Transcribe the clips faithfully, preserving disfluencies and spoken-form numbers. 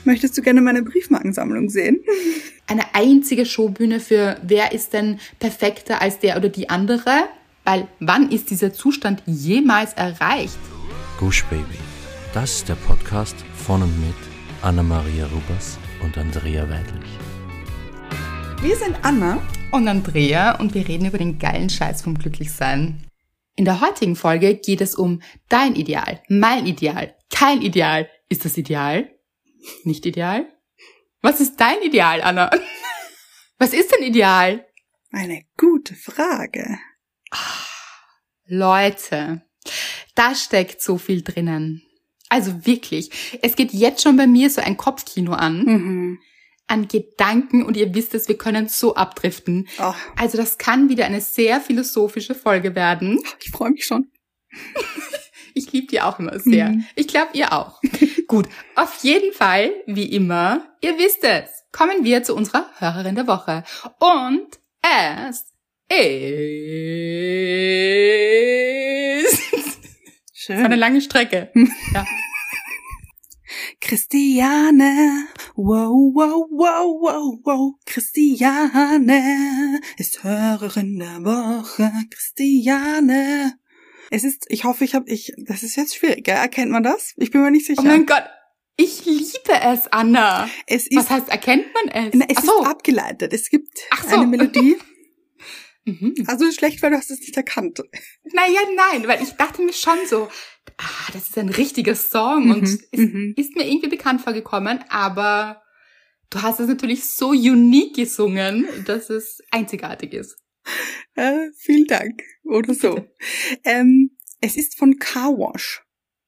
Möchtest du gerne meine Briefmarkensammlung sehen? Eine einzige Showbühne für wer ist denn perfekter als der oder die andere? Weil wann ist dieser Zustand jemals erreicht? Gush Baby, das ist der Podcast von und mit Anna-Maria Rubers und Andrea Weidlich. Wir sind Anna und Andrea und wir reden über den geilen Scheiß vom Glücklichsein. In der heutigen Folge geht es um dein Ideal, mein Ideal, kein Ideal. Ist das Ideal? Nicht ideal? Was ist dein Ideal, Anna? Was ist denn ideal? Eine gute Frage. Leute, da steckt so viel drinnen. Also wirklich, es geht jetzt schon bei mir so ein Kopfkino an, Mhm. an Gedanken und ihr wisst es, wir können so abdriften. Oh. Also das kann wieder eine sehr philosophische Folge werden. Ich freue mich schon. Ich liebe die auch immer sehr. Mhm. Ich glaube, ihr auch. Gut, auf jeden Fall, wie immer, ihr wisst es, kommen wir zu unserer Hörerin der Woche. Und es ist... Schön. Das war eine lange Strecke. Ja. Christiane, wow, wow, wow, wow, wow, Christiane ist Hörerin der Woche, Christiane. Es ist, ich hoffe, ich habe, ich, das ist jetzt schwierig, gell? Erkennt man das? Ich bin mir nicht sicher. Oh mein Gott, ich liebe es, Anna. Es ist, Was heißt, erkennt man es? na, es Ach so. ist abgeleitet. Es gibt Ach so. eine Melodie. Mhm. Also ist schlecht, weil du hast es nicht erkannt. Naja, nein, weil ich dachte mir schon so, ah, das ist ein richtiger Song und Mhm, es mhm. ist mir irgendwie bekannt vorgekommen, aber du hast es natürlich so unique gesungen, dass es einzigartig ist. Äh, vielen Dank. Oder so. Ähm, es ist von Car Wash.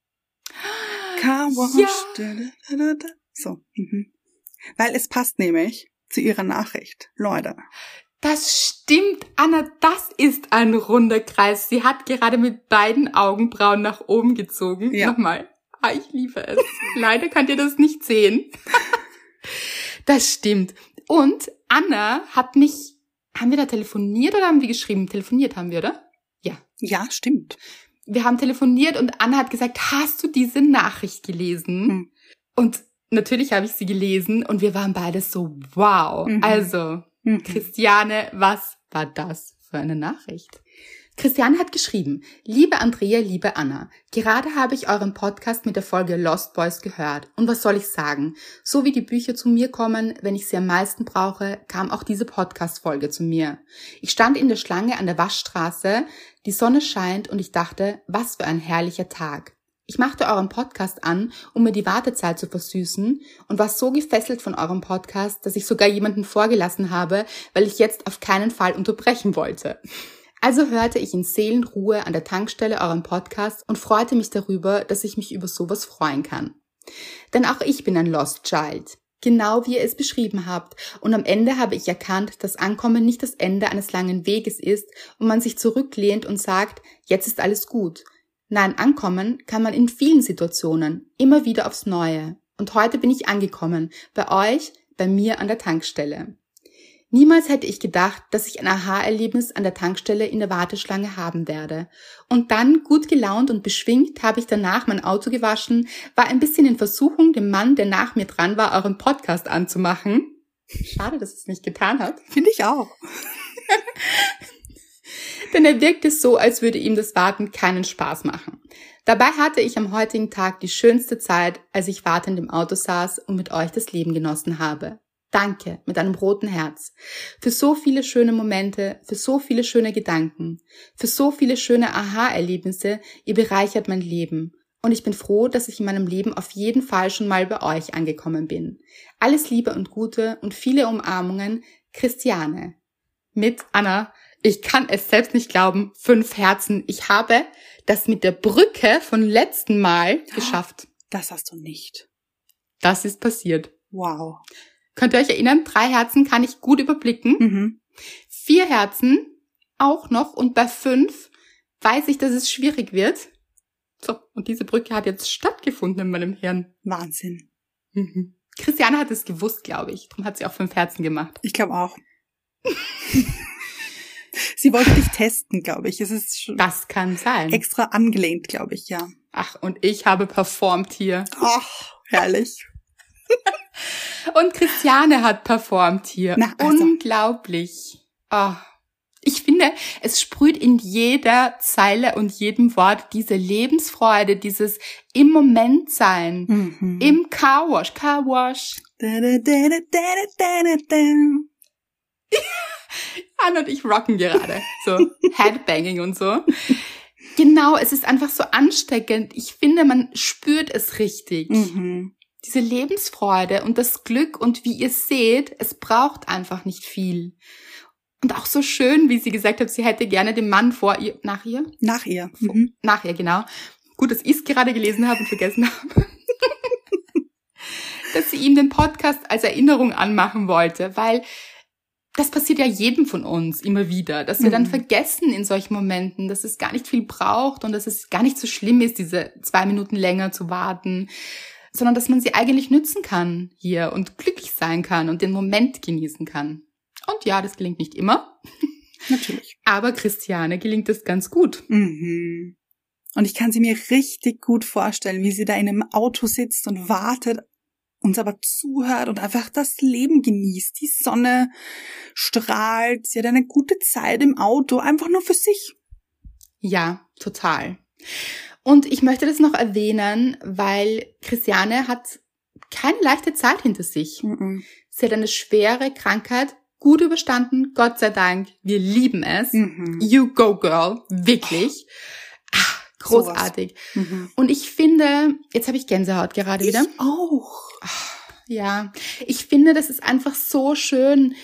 Car Wash. Ja. Da, da, da, da. So. Mhm. Weil es passt nämlich zu ihrer Nachricht. Leute. Das stimmt, Anna, das ist ein runder Kreis. Sie hat gerade mit beiden Augenbrauen nach oben gezogen. Ja. Nochmal. Ah, ich liebe es. Leider könnt ihr das nicht sehen. Das stimmt. Und Anna hat mich, haben wir da telefoniert oder haben wir geschrieben? Telefoniert haben wir, oder? Ja. Ja, stimmt. Wir haben telefoniert und Anna hat gesagt, hast du diese Nachricht gelesen? Hm. Und natürlich habe ich sie gelesen und wir waren beide so, wow. Mhm. Also, Mhm. Christiane, was war das für eine Nachricht? Christiane hat geschrieben, liebe Andrea, liebe Anna, gerade habe ich euren Podcast mit der Folge Lost Boys gehört. Und was soll ich sagen? So wie die Bücher zu mir kommen, wenn ich sie am meisten brauche, kam auch diese Podcast-Folge zu mir. Ich stand in der Schlange an der Waschstraße, die Sonne scheint und ich dachte, was für ein herrlicher Tag. Ich machte euren Podcast an, um mir die Wartezeit zu versüßen und war so gefesselt von eurem Podcast, dass ich sogar jemanden vorgelassen habe, weil ich jetzt auf keinen Fall unterbrechen wollte. Also hörte ich in Seelenruhe an der Tankstelle euren Podcast und freute mich darüber, dass ich mich über sowas freuen kann. Denn auch ich bin ein Lost Child, genau wie ihr es beschrieben habt. Und am Ende habe ich erkannt, dass Ankommen nicht das Ende eines langen Weges ist und man sich zurücklehnt und sagt, jetzt ist alles gut. Nein, ankommen kann man in vielen Situationen, immer wieder aufs Neue. Und heute bin ich angekommen, bei euch, bei mir an der Tankstelle. Niemals hätte ich gedacht, dass ich ein Aha-Erlebnis an der Tankstelle in der Warteschlange haben werde. Und dann, gut gelaunt und beschwingt, habe ich danach mein Auto gewaschen, war ein bisschen in Versuchung, dem Mann, der nach mir dran war, euren Podcast anzumachen. Schade, dass es nicht getan hat. Finde ich auch. Denn er wirkte so, als würde ihm das Warten keinen Spaß machen. Dabei hatte ich am heutigen Tag die schönste Zeit, als ich wartend im Auto saß und mit euch das Leben genossen habe. Danke, mit einem roten Herz. Für so viele schöne Momente, für so viele schöne Gedanken, für so viele schöne Aha-Erlebnisse, ihr bereichert mein Leben. Und ich bin froh, dass ich in meinem Leben auf jeden Fall schon mal bei euch angekommen bin. Alles Liebe und Gute und viele Umarmungen, Christiane. Mit Anna. Ich kann es selbst nicht glauben, fünf Herzen. Ich habe das mit der Brücke von letzten Mal geschafft. Das hast du nicht. Das ist passiert. Wow. Könnt ihr euch erinnern? Drei Herzen kann ich gut überblicken. Mhm. Vier Herzen auch noch. Und bei fünf weiß ich, dass es schwierig wird. So, und diese Brücke hat jetzt stattgefunden in meinem Hirn. Wahnsinn. Mhm. Christiane hat es gewusst, glaube ich. Darum hat sie auch fünf Herzen gemacht. Ich glaube auch. Sie wollte dich testen, glaube ich. Es ist schon Das kann sein. extra angelehnt, glaube ich, ja. Ach, und ich habe performt hier. Ach, herrlich. Und Christiane hat performt hier. Na, also. Unglaublich. Oh. Ich finde, es sprüht in jeder Zeile und jedem Wort diese Lebensfreude, dieses im Moment sein, Mhm. im Carwash, Carwash. Da, da, da, da, da, da, da, da. Anna und ich rocken gerade. So Headbanging und so. Genau, es ist einfach so ansteckend. Ich finde, man spürt es richtig. Mhm. Diese Lebensfreude und das Glück und wie ihr seht, es braucht einfach nicht viel. Und auch so schön, wie sie gesagt hat, sie hätte gerne den Mann vor ihr, nach ihr? Nach ihr. Mhm. Nach ihr, genau. Gut, dass ich es gerade gelesen habe und vergessen habe. Dass sie ihm den Podcast als Erinnerung anmachen wollte, weil das passiert ja jedem von uns immer wieder, dass wir Mhm. dann vergessen in solchen Momenten, dass es gar nicht viel braucht und dass es gar nicht so schlimm ist, diese zwei Minuten länger zu warten, sondern dass man sie eigentlich nützen kann hier und glücklich sein kann und den Moment genießen kann. Und ja, das gelingt nicht immer, Natürlich. aber Christiane gelingt es ganz gut. Mhm. Und ich kann sie mir richtig gut vorstellen, wie sie da in einem Auto sitzt und wartet, uns aber zuhört und einfach das Leben genießt. Die Sonne strahlt, sie hat eine gute Zeit im Auto, einfach nur für sich. Ja, total. Und ich möchte das noch erwähnen, weil Christiane hat keine leichte Zeit hinter sich. Mhm. Sie hat eine schwere Krankheit, gut überstanden, Gott sei Dank. Wir lieben es. Mhm. You go, girl. Wirklich. Ah, großartig. Mhm. Und ich finde, jetzt habe ich Gänsehaut gerade wieder. Ich auch. Ja, ich finde, das ist einfach so schön.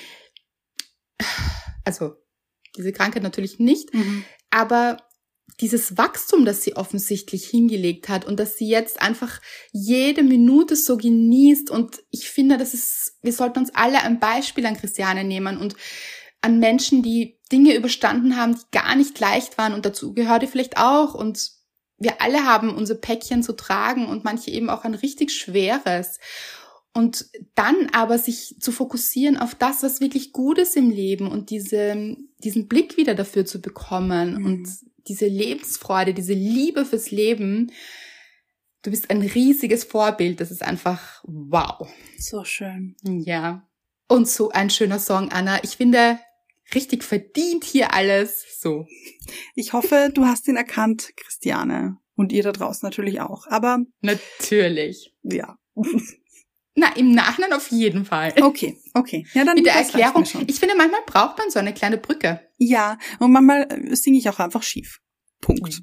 Also, diese Krankheit natürlich nicht, Mhm. aber dieses Wachstum, das sie offensichtlich hingelegt hat und dass sie jetzt einfach jede Minute so genießt. Und ich finde, das ist, wir sollten uns alle ein Beispiel an Christiane nehmen und an Menschen, die Dinge überstanden haben, die gar nicht leicht waren. Und dazu gehörte vielleicht auch. Und wir alle haben unser Päckchen zu tragen und manche eben auch ein richtig schweres. Und dann aber sich zu fokussieren auf das, was wirklich gut ist im Leben und diese, diesen Blick wieder dafür zu bekommen Mhm. und diese Lebensfreude, diese Liebe fürs Leben. Du bist ein riesiges Vorbild. Das ist einfach wow. So schön. Ja. Und so ein schöner Song, Anna. Ich finde, richtig verdient hier alles. So. Ich hoffe, du hast ihn erkannt, Christiane. Und ihr da draußen natürlich auch. Aber Natürlich. ja. Na, im Nachhinein auf jeden Fall. Okay, okay. Ja, dann Mit der das reicht Erklärung. mir schon. Ich finde, manchmal braucht man so eine kleine Brücke. Ja, und manchmal äh, singe ich auch einfach schief. Punkt.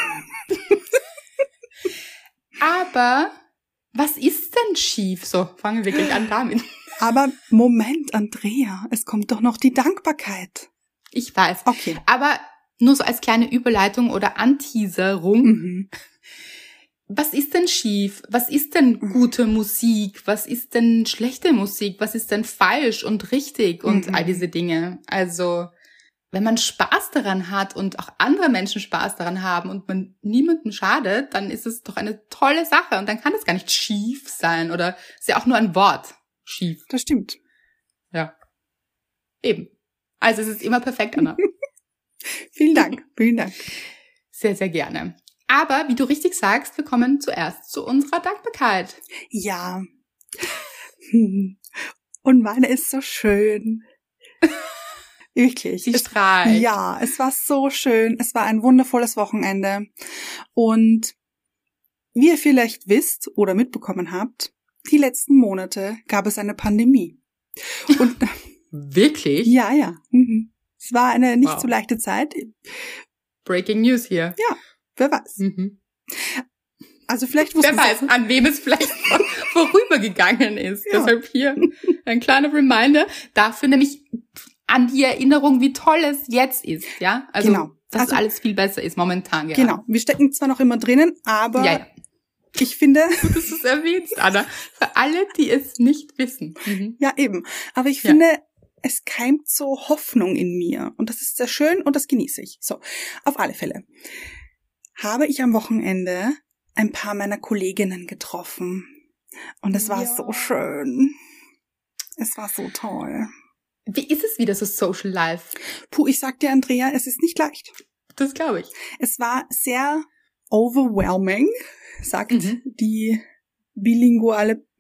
Aber was ist denn schief? So, fangen wir gleich an damit. Aber Moment, Andrea, es kommt doch noch die Dankbarkeit. Ich weiß. Okay. Aber nur so als kleine Überleitung oder Anteaserung. Mhm. Was ist denn schief? Was ist denn gute Musik? Was ist denn schlechte Musik? Was ist denn falsch und richtig und Mhm. all diese Dinge? Also, wenn man Spaß daran hat und auch andere Menschen Spaß daran haben und man niemandem schadet, dann ist es doch eine tolle Sache und dann kann es gar nicht schief sein oder ist ja auch nur ein Wort. Schief. Das stimmt. Ja. Eben. Also es ist immer perfekt, Anna. Vielen Dank, vielen Dank. Sehr, sehr gerne. Aber, wie du richtig sagst, wir kommen zuerst zu unserer Dankbarkeit. Ja. Hm. Und meine ist so schön. Wirklich. Sie Es, strahlt. ja, es war so schön. Es war ein wundervolles Wochenende. Und wie ihr vielleicht wisst oder mitbekommen habt, die letzten Monate gab es eine Pandemie. Und Wirklich? ja, ja. Mhm. Es war eine nicht Wow. so leichte Zeit. Breaking News hier. Wer weiß. Mhm. Also vielleicht wussten Wer weiß, an wem es vielleicht vorübergegangen ist. Ja. Deshalb hier ein kleiner Reminder dafür, nämlich an die Erinnerung, wie toll es jetzt ist. Ja, also Genau. dass Also- alles viel besser ist momentan gerade. Genau. Wir stecken zwar noch immer drinnen, aber Ja, ja. ich finde, Gut, dass du es erwähnst, Anna. Für alle, die es nicht wissen. Mhm. ja eben, aber ich Ja. finde, es keimt so Hoffnung in mir und das ist sehr schön und das genieße ich. So, auf alle Fälle habe ich am Wochenende ein paar meiner Kolleginnen getroffen und es war Ja. so schön. Es war so toll. Wie ist es wieder so Social Life? Puh, ich sag dir, Andrea, es ist nicht leicht. Das glaube ich. Es war sehr overwhelming, sagt Mhm. die bilinguale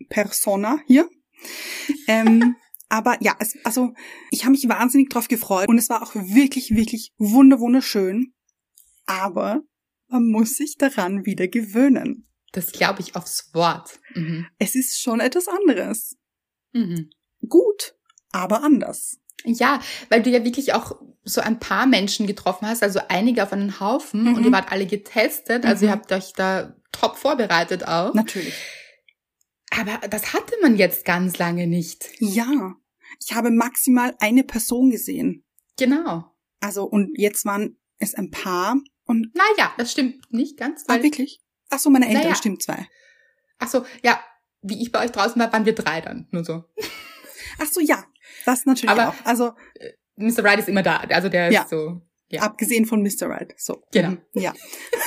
Persona hier. ähm, aber ja, es, also ich habe mich wahnsinnig drauf gefreut und es war auch wirklich, wirklich wunder wunderschön. Aber man muss sich daran wieder gewöhnen. Das glaube ich aufs Wort. Mhm. Es ist schon etwas anderes. Mhm. Gut, aber anders. Ja, weil du ja wirklich auch so ein paar Menschen getroffen hast, also einige auf einen Haufen mhm. und ihr wart alle getestet, also mhm. ihr habt euch da top vorbereitet auch. Natürlich. Aber das hatte man jetzt ganz lange nicht. Ja, ich habe maximal eine Person gesehen. Genau. Also und jetzt waren es ein paar und... Naja, das stimmt nicht ganz. Weil ah, wirklich? Ach so, meine Eltern, naja. stimmt zwei. Ach so, ja, wie ich bei euch draußen war, waren wir drei dann, nur so. Ach so, ja, das natürlich aber auch. Also Mister Right ist immer da, also der ja. ist so. Ja. Abgesehen von Mister Right, so. Genau. Ja.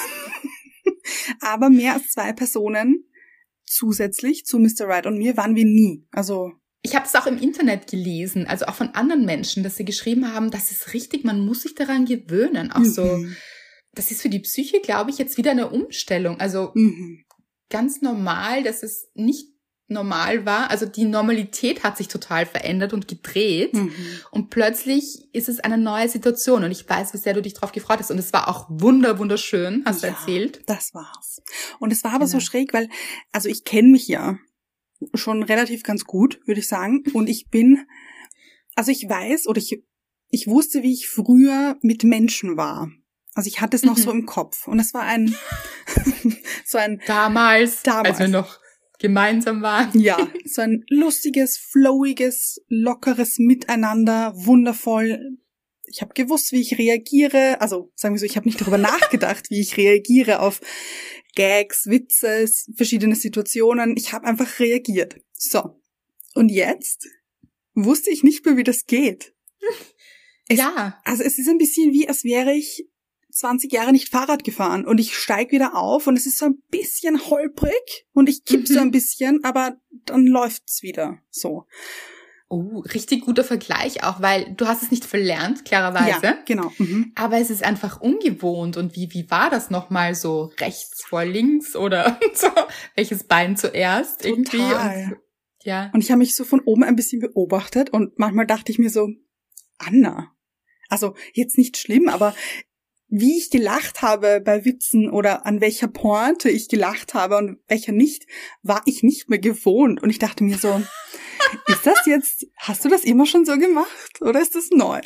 Aber mehr als zwei Personen zusätzlich zu Mister Right und mir waren wir nie. Also ich habe es auch im Internet gelesen, also auch von anderen Menschen, dass sie geschrieben haben, das ist richtig, man muss sich daran gewöhnen. Auch mhm. so, das ist für die Psyche, glaube ich, jetzt wieder eine Umstellung. Also mhm. ganz normal, dass es nicht normal war. Also die Normalität hat sich total verändert und gedreht. Mhm. Und plötzlich ist es eine neue Situation. Und ich weiß, wie sehr du dich drauf gefreut hast. Und es war auch wunder, wunderschön, hast ja, du erzählt. Das war's. Und es war aber genau. so schräg, weil, also ich kenne mich ja schon relativ ganz gut, würde ich sagen. Und ich bin, also ich weiß oder ich, ich wusste, wie ich früher mit Menschen war. Also ich hatte es noch mhm. so im Kopf. Und es war ein, so ein... Damals, damals, als wir noch gemeinsam waren. Ja, so ein lustiges, flowiges, lockeres Miteinander, wundervoll. Ich habe gewusst, wie ich reagiere. Also sagen wir so, ich habe nicht darüber nachgedacht, wie ich reagiere auf Gags, Witze, verschiedene Situationen. Ich habe einfach reagiert. So. Und jetzt wusste ich nicht mehr, wie das geht. Es, ja. Also es ist ein bisschen wie, als wäre ich zwanzig Jahre nicht Fahrrad gefahren und ich steig wieder auf und es ist so ein bisschen holprig und ich kipp mhm. so ein bisschen, aber dann läuft's wieder so. Oh, richtig guter Vergleich auch, weil du hast es nicht verlernt, klarerweise. Ja, genau. Mhm. Aber es ist einfach ungewohnt. Und wie wie war das nochmal so? Rechts vor links oder so? Welches Bein zuerst Total. irgendwie? Und, ja. Und ich habe mich so von oben ein bisschen beobachtet und manchmal dachte ich mir so, Anna, also jetzt nicht schlimm, aber wie ich gelacht habe bei Witzen oder an welcher Pointe ich gelacht habe und welcher nicht, war ich nicht mehr gewohnt. Und ich dachte mir so, ist das jetzt, hast du das immer schon so gemacht oder ist das neu?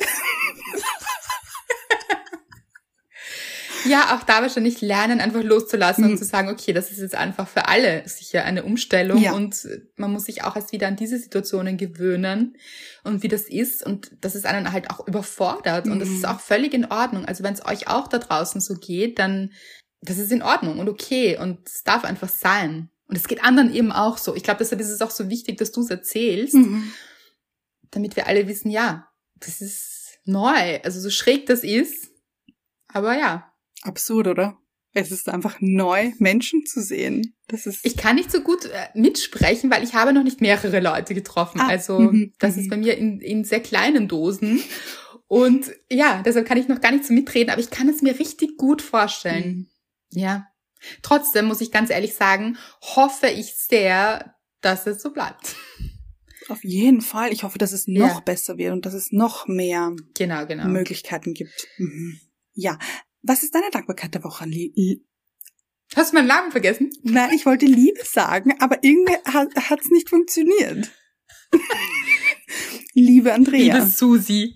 Ja, auch da wahrscheinlich lernen, einfach loszulassen mhm. und zu sagen, okay, das ist jetzt einfach für alle sicher eine Umstellung ja. und man muss sich auch erst wieder an diese Situationen gewöhnen und wie das ist und dass es einen halt auch überfordert mhm. und das ist auch völlig in Ordnung. Also wenn es euch auch da draußen so geht, dann das ist in Ordnung und okay und es darf einfach sein. Und es geht anderen eben auch so. Ich glaube, deshalb ist es auch so wichtig, dass du es erzählst, mhm. damit wir alle wissen, ja, das ist neu, also so schräg das ist, aber ja. Absurd, oder? Es ist einfach neu, Menschen zu sehen. Das ist. Ich kann nicht so gut äh, mitsprechen, weil ich habe noch nicht mehrere Leute getroffen. Ah, also m-m, das m-m. ist bei mir in, in sehr kleinen Dosen. Und ja, deshalb kann ich noch gar nicht so mitreden, aber ich kann es mir richtig gut vorstellen. Mhm. Ja. Trotzdem muss ich ganz ehrlich sagen, hoffe ich sehr, dass es so bleibt. Auf jeden Fall. Ich hoffe, dass es noch ja. besser wird und dass es noch mehr genau, genau. Möglichkeiten gibt. Mhm. Ja. Was ist deine Dankbarkeit der Woche? Lie- Hast du meinen Namen vergessen? Nein, ich wollte Liebe sagen, aber irgendwie hat es nicht funktioniert. Liebe Andrea. Liebe Susi.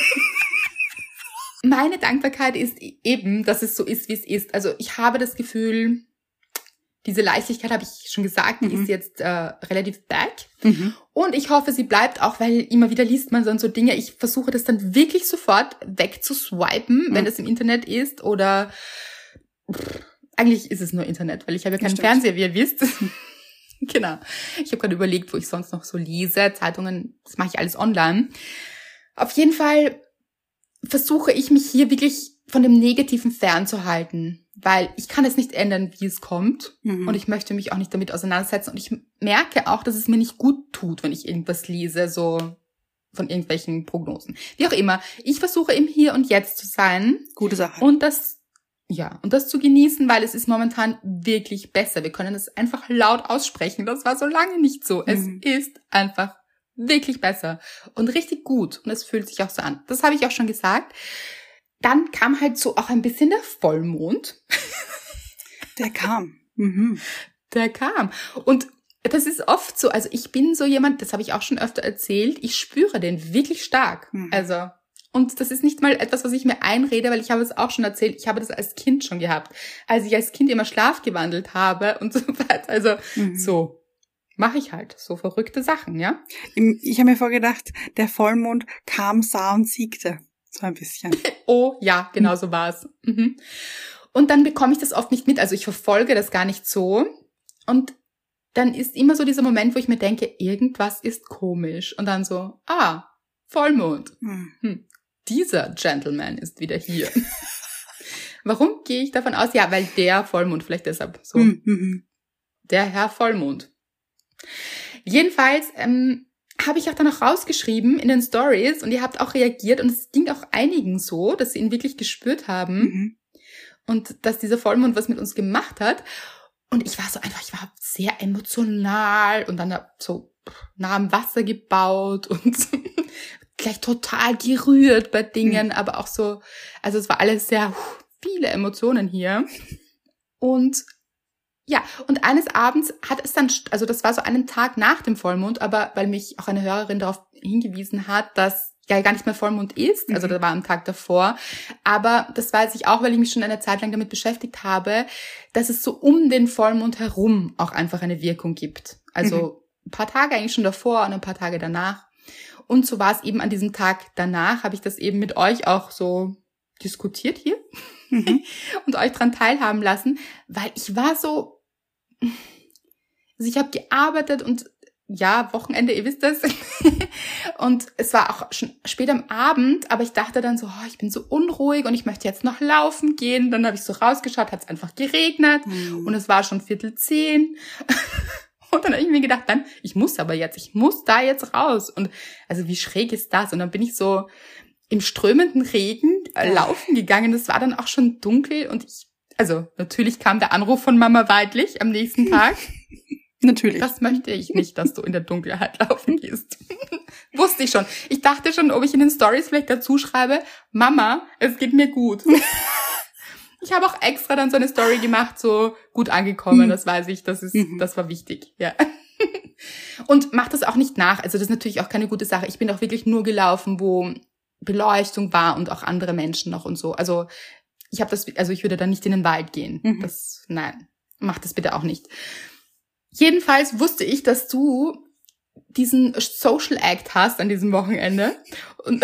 Meine Dankbarkeit ist eben, dass es so ist, wie es ist. Also ich habe das Gefühl, diese Leichtigkeit, habe ich schon gesagt, die mhm. ist jetzt äh, relativ back. Mhm. Und ich hoffe, sie bleibt auch, weil immer wieder liest man dann so Dinge. Ich versuche das dann wirklich sofort wegzuswipen, mhm. wenn das im Internet ist. Oder pff, eigentlich ist es nur Internet, weil ich habe ja keinen Fernseher, wie ihr wisst. Genau. Ich habe gerade überlegt, wo ich sonst noch so lese. Zeitungen, das mache ich alles online. Auf jeden Fall versuche ich mich hier wirklich von dem Negativen fernzuhalten, weil ich kann es nicht ändern, wie es kommt mhm. und ich möchte mich auch nicht damit auseinandersetzen und ich merke auch, dass es mir nicht gut tut, wenn ich irgendwas lese, so von irgendwelchen Prognosen. Wie auch immer, ich versuche im Hier und Jetzt zu sein. Gute Sache. Und das, Ja, und das zu genießen, weil es ist momentan wirklich besser. Wir können es einfach laut aussprechen. Das war so lange nicht so. Es Mhm. ist einfach wirklich besser und richtig gut. Und es fühlt sich auch so an. Das habe ich auch schon gesagt. Dann kam halt so auch ein bisschen der Vollmond. Der kam. Mhm. Der kam. Und das ist oft so, also ich bin so jemand, das habe ich auch schon öfter erzählt, ich spüre den wirklich stark. Mhm. Also, und das ist nicht mal etwas, was ich mir einrede, weil ich habe es auch schon erzählt, ich habe das als Kind schon gehabt, als ich als Kind immer schlafgewandelt habe und so weiter. Also, Mhm. so mache ich halt so verrückte Sachen, ja. Ich habe mir vorgedacht, der Vollmond kam, sah und siegte. So ein bisschen. Oh, ja, genau so war es. Mhm. Und dann bekomme ich das oft nicht mit, also ich verfolge das gar nicht so. Und dann ist immer so dieser Moment, wo ich mir denke, irgendwas ist komisch. Und dann so, ah, Vollmond. Mhm. Hm, dieser Gentleman ist wieder hier. Warum gehe ich davon aus? Ja, weil der Vollmond, vielleicht deshalb so. Mhm. Der Herr Vollmond. Jedenfalls ähm, habe ich auch dann noch rausgeschrieben in den Stories und ihr habt auch reagiert und es ging auch einigen so, dass sie ihn wirklich gespürt haben Mhm. und dass dieser Vollmond was mit uns gemacht hat. Und ich war so einfach, ich war sehr emotional und dann so nah am Wasser gebaut und gleich total gerührt bei Dingen, mhm. aber auch so, also es war alles sehr, viele Emotionen hier. Und ja, und eines Abends hat es dann, also das war so einen Tag nach dem Vollmond, aber weil mich auch eine Hörerin darauf hingewiesen hat, dass ja gar nicht mehr Vollmond ist, also mhm. das war am Tag davor, aber das weiß ich auch, weil ich mich schon eine Zeit lang damit beschäftigt habe, dass es so um den Vollmond herum auch einfach eine Wirkung gibt. Also mhm. ein paar Tage eigentlich schon davor und ein paar Tage danach. Und so war es eben an diesem Tag danach, habe ich das eben mit euch auch so diskutiert hier mhm. und euch dran teilhaben lassen, weil ich war so, also ich habe gearbeitet und ja, Wochenende, ihr wisst das. Und es war auch schon spät am Abend, aber ich dachte dann so, oh, ich bin so unruhig und ich möchte jetzt noch laufen gehen. Dann habe ich so rausgeschaut, hat es einfach geregnet mhm. und es war schon Viertel zehn. Und dann habe ich mir gedacht, dann, ich muss aber jetzt, ich muss da jetzt raus. Und also wie schräg ist das? Und dann bin ich so im strömenden Regen äh, laufen gegangen. Es war dann auch schon dunkel und ich, also natürlich kam der Anruf von Mama Weidlich am nächsten Tag. Natürlich. Das möchte ich nicht, dass du in der Dunkelheit laufen gehst. Wusste ich schon. Ich dachte schon, ob ich in den Stories vielleicht dazu schreibe, Mama, es geht mir gut. Ich habe auch extra dann so eine Story gemacht, so gut angekommen, das weiß ich, das ist, mhm. das war wichtig, ja. Und mach das auch nicht nach, also das ist natürlich auch keine gute Sache. Ich bin auch wirklich nur gelaufen, wo Beleuchtung war und auch andere Menschen noch und so. Also ich habe das, also ich würde da nicht in den Wald gehen. Mhm. Das, nein, mach das bitte auch nicht. Jedenfalls wusste ich, dass du diesen Social Act hast an diesem Wochenende. Und,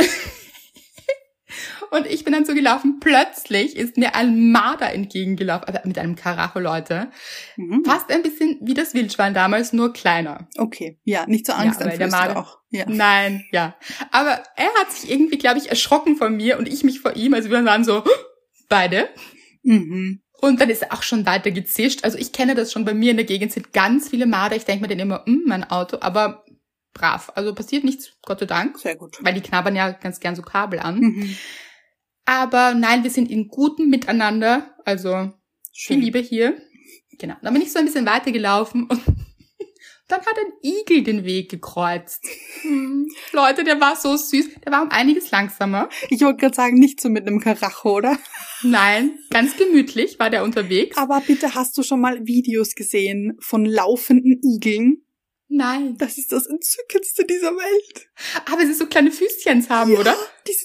und ich bin dann so gelaufen. Plötzlich ist mir ein Marder entgegengelaufen, aber mit einem Karacho, Leute. Mhm. Fast ein bisschen wie das Wildschwein damals, nur kleiner. Okay, ja, nicht so angsteinflößend ja, auch. Ja. Nein, ja. Aber er hat sich irgendwie, glaube ich, erschrocken von mir und ich mich vor ihm. Also wir waren so, beide. Mhm. Und dann ist er auch schon weiter gezischt. Also ich kenne das schon, bei mir in der Gegend sind ganz viele Marder. Ich denke mir dann immer, hm, mein Auto, aber brav. Also passiert nichts, Gott sei Dank. Sehr gut. Weil die knabbern ja ganz gern so Kabel an. Mhm. Aber nein, wir sind in gutem Miteinander. Also Schön. Viel Liebe hier. Genau. Dann bin ich so ein bisschen weitergelaufen und dann hat ein Igel den Weg gekreuzt. Hm. Leute, der war so süß. Der war um einiges langsamer. Ich wollte gerade sagen, nicht so mit einem Karacho, oder? Nein, ganz gemütlich war der unterwegs. Aber bitte, hast du schon mal Videos gesehen von laufenden Igeln? Nein. Das ist das Entzückendste dieser Welt. Aber sie so kleine Füßchens haben, ja, oder? Diese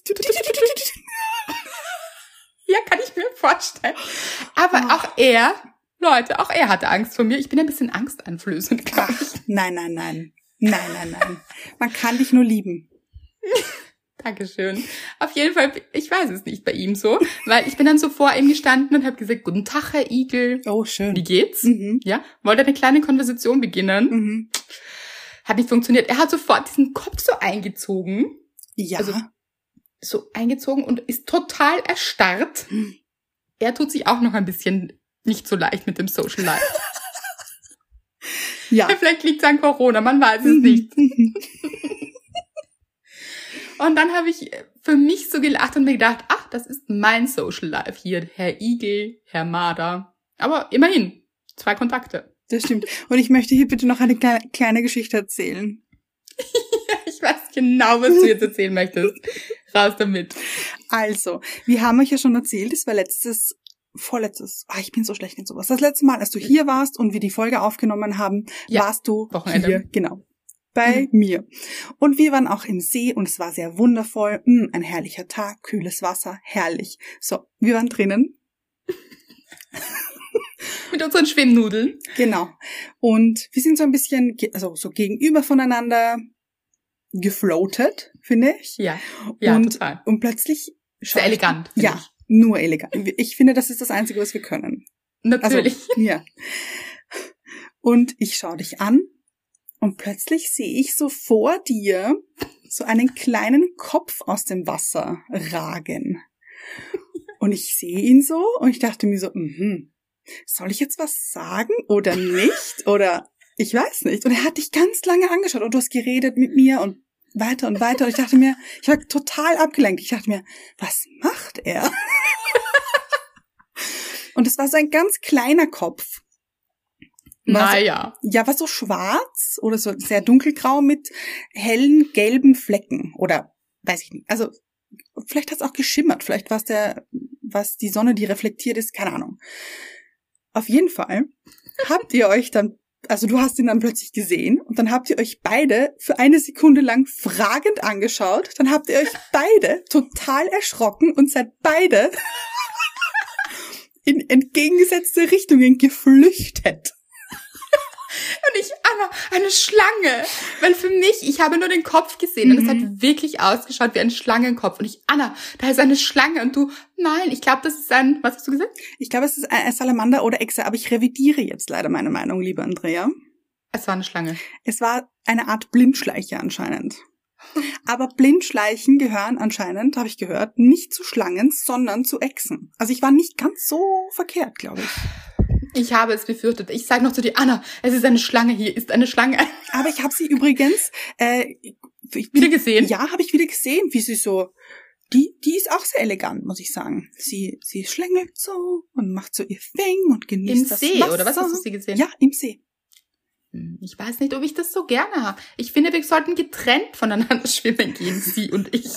ja, kann ich mir vorstellen. Aber oh. auch er... Leute, auch er hatte Angst vor mir. Ich bin ein bisschen angsteinflößend, glaube ich. Nein, nein, nein. Nein, nein, nein. Man kann dich nur lieben. Dankeschön. Auf jeden Fall, ich weiß es nicht bei ihm so, weil ich bin dann so vor ihm gestanden und habe gesagt, guten Tag, Herr Igel. Oh, schön. Wie geht's? Mhm. Ja, wollte eine kleine Konversation beginnen. Mhm. Hat nicht funktioniert. Er hat sofort diesen Kopf so eingezogen. Ja. Also so eingezogen und ist total erstarrt. Mhm. Er tut sich auch noch ein bisschen nicht so leicht mit dem Social Life. Ja. Vielleicht liegt es an Corona, man weiß es nicht. Und dann habe ich für mich so gelacht und mir gedacht, ach, das ist mein Social Life hier. Herr Igel, Herr Marder. Aber immerhin, zwei Kontakte. Das stimmt. Und ich möchte hier bitte noch eine kleine, kleine Geschichte erzählen. Ich weiß genau, was du jetzt erzählen möchtest. Raus damit. Also, wir haben euch ja schon erzählt, es war letztes, vorletztes, ah, ich bin so schlecht in sowas. Das letzte Mal, als du hier warst und wir die Folge aufgenommen haben, ja, warst du Wochenende. Hier, genau, bei mhm. mir. Und wir waren auch im See und es war sehr wundervoll. Mm, ein herrlicher Tag, kühles Wasser, herrlich. So, wir waren drinnen. Mit unseren Schwimmnudeln. Genau. Und wir sind so ein bisschen, also so gegenüber voneinander gefloatet, finde ich. Ja, ja, und, total. Und plötzlich... Sehr elegant. Ja, ich. nur elegant. Ich finde, das ist das Einzige, was wir können. Natürlich. Also, ja. Und ich schaue dich an und plötzlich sehe ich so vor dir so einen kleinen Kopf aus dem Wasser ragen. Und ich sehe ihn so und ich dachte mir so, mhm. Soll ich jetzt was sagen oder nicht? Oder ich weiß nicht. Und er hat dich ganz lange angeschaut und du hast geredet mit mir und weiter und weiter. Und ich dachte mir, ich war total abgelenkt. Ich dachte mir, was macht er? Und es war so ein ganz kleiner Kopf. War naja. So, ja, war so schwarz oder so sehr dunkelgrau mit hellen gelben Flecken. Oder weiß ich nicht. Also vielleicht hat es auch geschimmert. Vielleicht war es der, was die Sonne, die reflektiert ist. Keine Ahnung. Auf jeden Fall habt ihr euch dann, also du hast ihn dann plötzlich gesehen und dann habt ihr euch beide für eine Sekunde lang fragend angeschaut. Dann habt ihr euch beide total erschrocken und seid beide in entgegengesetzte Richtungen geflüchtet. Und ich, Anna, eine Schlange. Weil für mich, ich habe nur den Kopf gesehen mhm. und es hat wirklich ausgeschaut wie ein Schlangenkopf. Und ich, Anna, da ist eine Schlange. Und du, nein, ich glaube, das ist ein, was hast du gesagt? Ich glaube, es ist ein Salamander oder Echse, aber ich revidiere jetzt leider meine Meinung, liebe Andrea. Es war eine Schlange. Es war eine Art Blindschleiche anscheinend. Aber Blindschleichen gehören anscheinend, habe ich gehört, nicht zu Schlangen, sondern zu Echsen. Also ich war nicht ganz so verkehrt, glaube ich. Ich habe es befürchtet. Ich sage noch zu dir, Anna, es ist eine Schlange, hier ist eine Schlange. Aber ich habe sie übrigens äh, wieder gesehen. Ja, habe ich wieder gesehen, wie sie so, die die ist auch sehr elegant, muss ich sagen. Sie sie schlängelt so und macht so ihr Ding und genießt Im das See, Wasser. Oder was hast du sie gesehen? Ja, im See. Ich weiß nicht, ob ich das so gerne habe. Ich finde, wir sollten getrennt voneinander schwimmen gehen, sie und ich.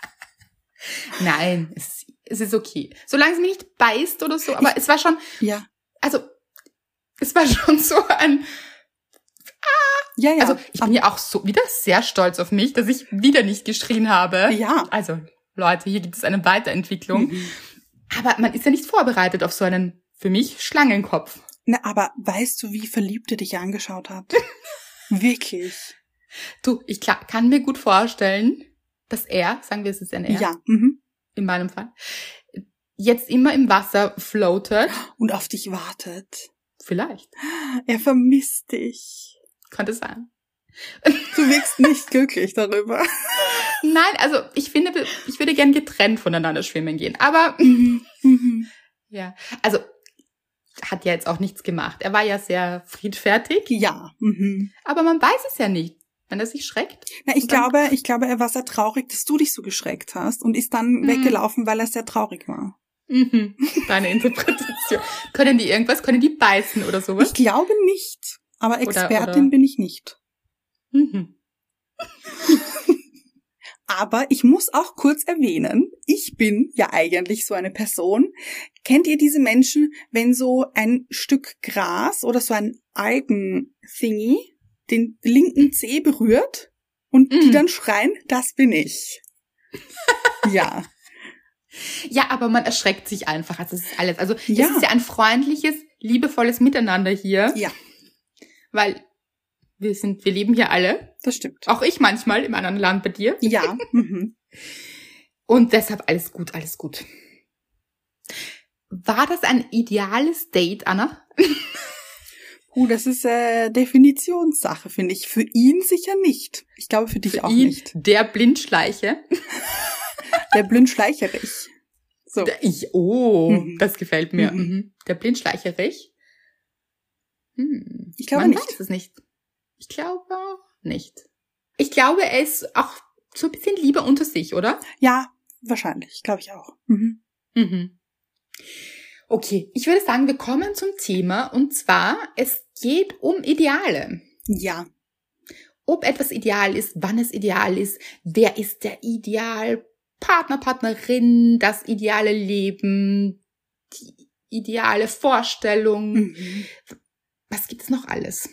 Nein, es, es ist okay. Solange sie mich nicht beißt oder so, aber ich, es war schon... Ja. Also, es war schon so ein... Ah. Ja, ja. Also, ich bin ja auch so wieder sehr stolz auf mich, dass ich wieder nicht geschrien habe. Ja. Also, Leute, hier gibt es eine Weiterentwicklung. Mhm. Aber man ist ja nicht vorbereitet auf so einen, für mich, Schlangenkopf. Na, aber weißt du, wie verliebt er dich angeschaut hat? Wirklich. Du, ich kann mir gut vorstellen, dass er, sagen wir, es ist ein Er. Ja. Mhm. In meinem Fall. Jetzt immer im Wasser floatet. Und auf dich wartet. Vielleicht. Er vermisst dich. Könnte sein. Du wirkst nicht glücklich darüber. Nein, also ich finde, ich würde gern getrennt voneinander schwimmen gehen. Aber mhm. Mhm. ja, also hat ja jetzt auch nichts gemacht. Er war ja sehr friedfertig. Ja. Mhm. Aber man weiß es ja nicht, wenn er sich schreckt. Na, ich glaube, ich glaube, er war sehr traurig, dass du dich so geschreckt hast und ist dann mhm. weggelaufen, weil er sehr traurig war. Mhm. Deine Interpretation. Können die irgendwas? Können die beißen oder sowas? Ich glaube nicht. Aber Expertin oder, oder bin ich nicht. Mhm. Aber ich muss auch kurz erwähnen, ich bin ja eigentlich so eine Person. Kennt ihr diese Menschen, wenn so ein Stück Gras oder so ein Algen-Thingy den linken Zeh berührt und mm. die dann schreien, das bin ich. Ja. Ja, aber man erschreckt sich einfach. Also es ist alles. Also ja. es ist ja ein freundliches, liebevolles Miteinander hier. Ja. Weil wir sind, wir leben hier alle. Das stimmt. Auch ich manchmal im anderen Land bei dir. Ja. Mhm. Und deshalb alles gut, alles gut. War das ein ideales Date, Anna? Uh, das ist äh, Definitionssache, finde ich. Für ihn sicher nicht. Ich glaube, für dich für auch ihn, nicht. Der Blindschleiche. Der Blindschleicherich. So. Der, ich, oh, mhm. das gefällt mir. Mhm. Mhm. Der Blindschleicherich. Hm. Ich glaube Man nicht. weiß es nicht. Ich glaube nicht. Ich glaube, er ist auch so ein bisschen lieber unter sich, oder? Ja, wahrscheinlich, glaube ich auch. Mhm. Mhm. Okay, ich würde sagen, wir kommen zum Thema und zwar, es geht um Ideale. Ja. Ob etwas ideal ist, wann es ideal ist, wer ist der Idealpartner, Partnerin, das ideale Leben, die ideale Vorstellung. Mhm. Was gibt es noch alles?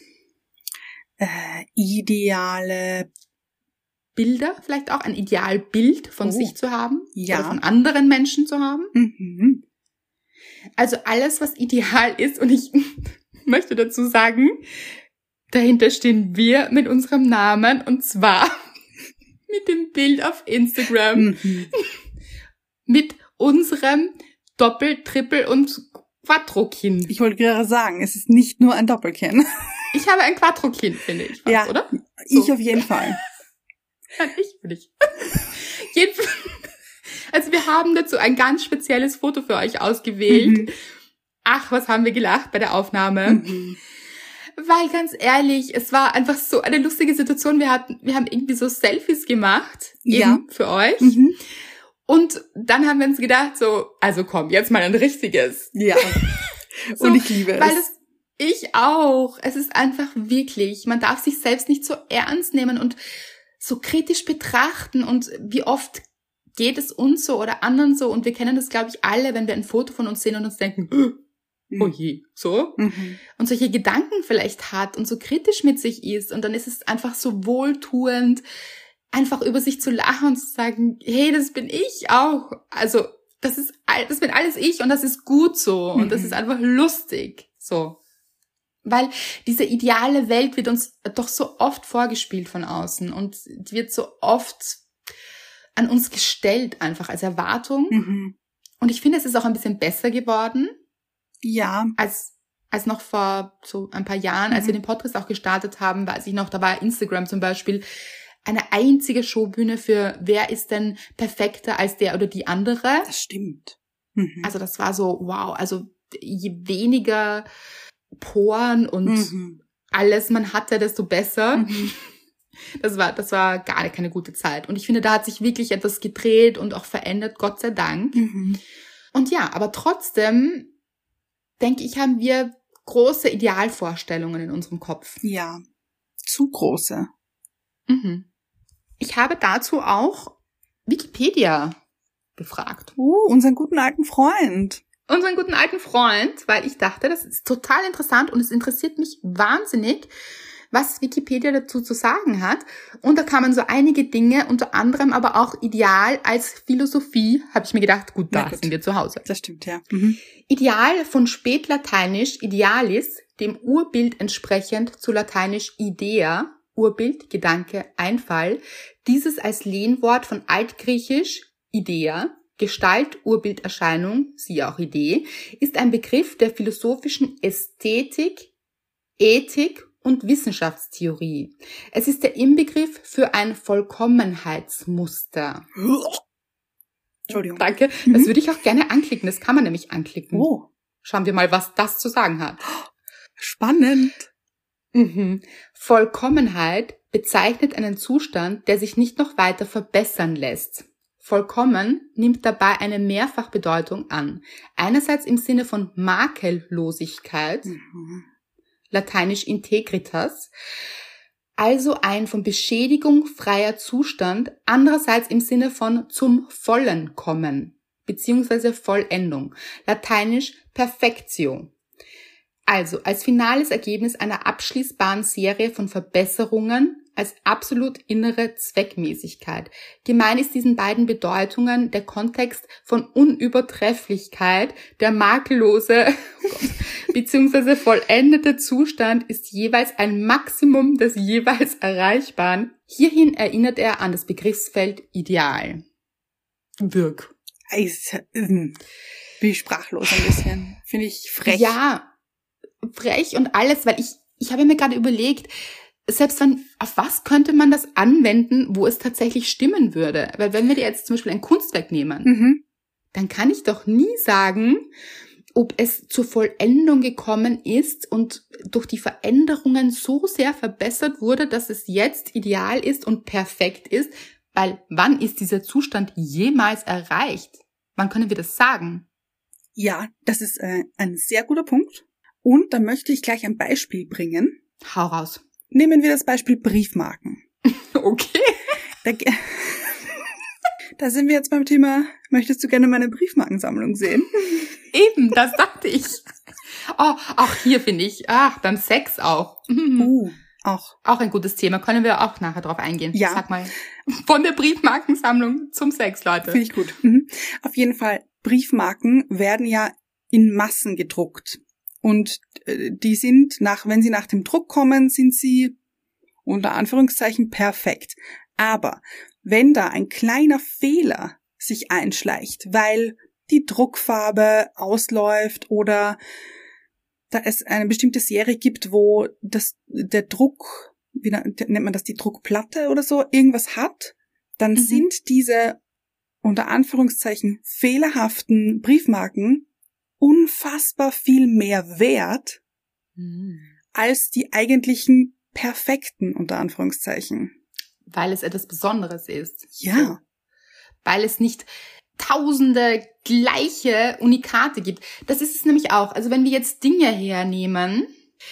Äh, ideale Bilder, vielleicht auch ein Idealbild von Oh. sich zu haben Ja. oder von anderen Menschen zu haben. Mhm. Also alles, was ideal ist. Und ich möchte dazu sagen, dahinter stehen wir mit unserem Namen und zwar mit dem Bild auf Instagram, Mhm. mit unserem Doppel-, Triple- und Quattro-Kinn. Ich wollte gerade sagen, es ist nicht nur ein Doppelkinn. Ich habe ein Quattro-Kinn, finde ich fast, Ja, oder? Ich So. auf jeden Fall. Nein, ich bin ich. Jedenfalls, also wir haben dazu ein ganz spezielles Foto für euch ausgewählt. Mhm. Ach, was haben wir gelacht bei der Aufnahme. Mhm. Weil ganz ehrlich, es war einfach so eine lustige Situation. Wir hatten, wir haben irgendwie so Selfies gemacht. Eben Ja. für euch. Mhm. Und dann haben wir uns gedacht so, also komm, jetzt mal ein richtiges. Ja. So, Und ich liebe es. Weil es, ich auch. Es ist einfach wirklich, man darf sich selbst nicht so ernst nehmen und so kritisch betrachten und wie oft geht es uns so oder anderen so und wir kennen das, glaube ich, alle, wenn wir ein Foto von uns sehen und uns denken, oh je, so. Mhm. Und solche Gedanken vielleicht hat und so kritisch mit sich ist und dann ist es einfach so wohltuend, einfach über sich zu lachen und zu sagen, hey, das bin ich auch. Also das ist, all- das bin alles ich und das ist gut so und das Mhm. ist einfach lustig, so. Weil diese ideale Welt wird uns doch so oft vorgespielt von außen und die wird so oft an uns gestellt, einfach als Erwartung. Mhm. Und ich finde, es ist auch ein bisschen besser geworden, Ja. als, als noch vor so ein paar Jahren, als Mhm. wir den Podcast auch gestartet haben, weiß ich noch, da war Instagram zum Beispiel eine einzige Showbühne für wer ist denn perfekter als der oder die andere. Das stimmt. Mhm. Also das war so, wow, also je weniger Poren und Mhm. alles man hatte, desto besser. Mhm. Das war, das war gar keine gute Zeit. Und ich finde, da hat sich wirklich etwas gedreht und auch verändert, Gott sei Dank. Mhm. Und ja, aber trotzdem, denke ich, haben wir große Idealvorstellungen in unserem Kopf. Ja. Zu große. Mhm. Ich habe dazu auch Wikipedia befragt. Uh, unseren guten alten Freund. Unseren guten alten Freund, weil ich dachte, das ist total interessant und es interessiert mich wahnsinnig, was Wikipedia dazu zu sagen hat. Und da kamen so einige Dinge, unter anderem aber auch Ideal als Philosophie, habe ich mir gedacht, gut, da Na gut. sind wir zu Hause. Das stimmt, ja. Mhm. Ideal von spätlateinisch idealis, dem Urbild entsprechend zu lateinisch idea, Urbild, Gedanke, Einfall, dieses als Lehnwort von altgriechisch idea, Gestalt, Urbild, Erscheinung, siehe auch Idee, ist ein Begriff der philosophischen Ästhetik, Ethik und Wissenschaftstheorie. Es ist der Inbegriff für ein Vollkommenheitsmuster. Entschuldigung. Danke, Mhm. das würde ich auch gerne anklicken, das kann man nämlich anklicken. Oh, Schauen wir mal, was das zu sagen hat. spannend. Mhm. Vollkommenheit bezeichnet einen Zustand, der sich nicht noch weiter verbessern lässt. Vollkommen nimmt dabei eine Mehrfachbedeutung an. Einerseits im Sinne von Makellosigkeit, Mhm. lateinisch integritas, also ein von Beschädigung freier Zustand, andererseits im Sinne von zum Vollen kommen, beziehungsweise Vollendung, lateinisch perfectio. Also als finales Ergebnis einer abschließbaren Serie von Verbesserungen als absolut innere Zweckmäßigkeit. Gemein ist diesen beiden Bedeutungen der Kontext von Unübertrefflichkeit, der makellose oh Gott, beziehungsweise vollendete Zustand ist jeweils ein Maximum des jeweils Erreichbaren. Hierhin erinnert er an das Begriffsfeld Ideal. Wirk. Ich bin sprachlos ein bisschen. Finde ich frech. Ja, frech und alles, weil ich, ich habe mir gerade überlegt, selbst wenn, auf was könnte man das anwenden, wo es tatsächlich stimmen würde? Weil wenn wir dir jetzt zum Beispiel ein Kunstwerk nehmen, Mhm. dann kann ich doch nie sagen, ob es zur Vollendung gekommen ist und durch die Veränderungen so sehr verbessert wurde, dass es jetzt ideal ist und perfekt ist. Weil wann ist dieser Zustand jemals erreicht? Wann können wir das sagen? Ja, das ist äh, ein sehr guter Punkt. Und da möchte ich gleich ein Beispiel bringen. Hau raus. Nehmen wir das Beispiel Briefmarken. Okay. Da, da sind wir jetzt beim Thema, möchtest du gerne meine Briefmarkensammlung sehen? Eben, das dachte ich. Oh, auch hier finde ich, ach, beim Sex auch. Uh, auch. Auch ein gutes Thema, können wir auch nachher drauf eingehen. Ja. Sag mal, von der Briefmarkensammlung zum Sex, Leute. Finde ich gut. Mhm. Auf jeden Fall, Briefmarken werden ja in Massen gedruckt. Und äh, die sind, nach, wenn sie nach dem Druck kommen, sind sie unter Anführungszeichen perfekt. Aber wenn da ein kleiner Fehler sich einschleicht, weil die Druckfarbe ausläuft oder da es eine bestimmte Serie gibt, wo das der Druck, wie nennt man das, die Druckplatte oder so, irgendwas hat, dann mhm. sind diese unter Anführungszeichen fehlerhaften Briefmarken unfassbar viel mehr wert mhm. als die eigentlichen perfekten, unter Anführungszeichen. Weil es etwas Besonderes ist. Ja. So. Weil es nicht tausende gleiche Unikate gibt. Das ist es nämlich auch. Also wenn wir jetzt Dinge hernehmen,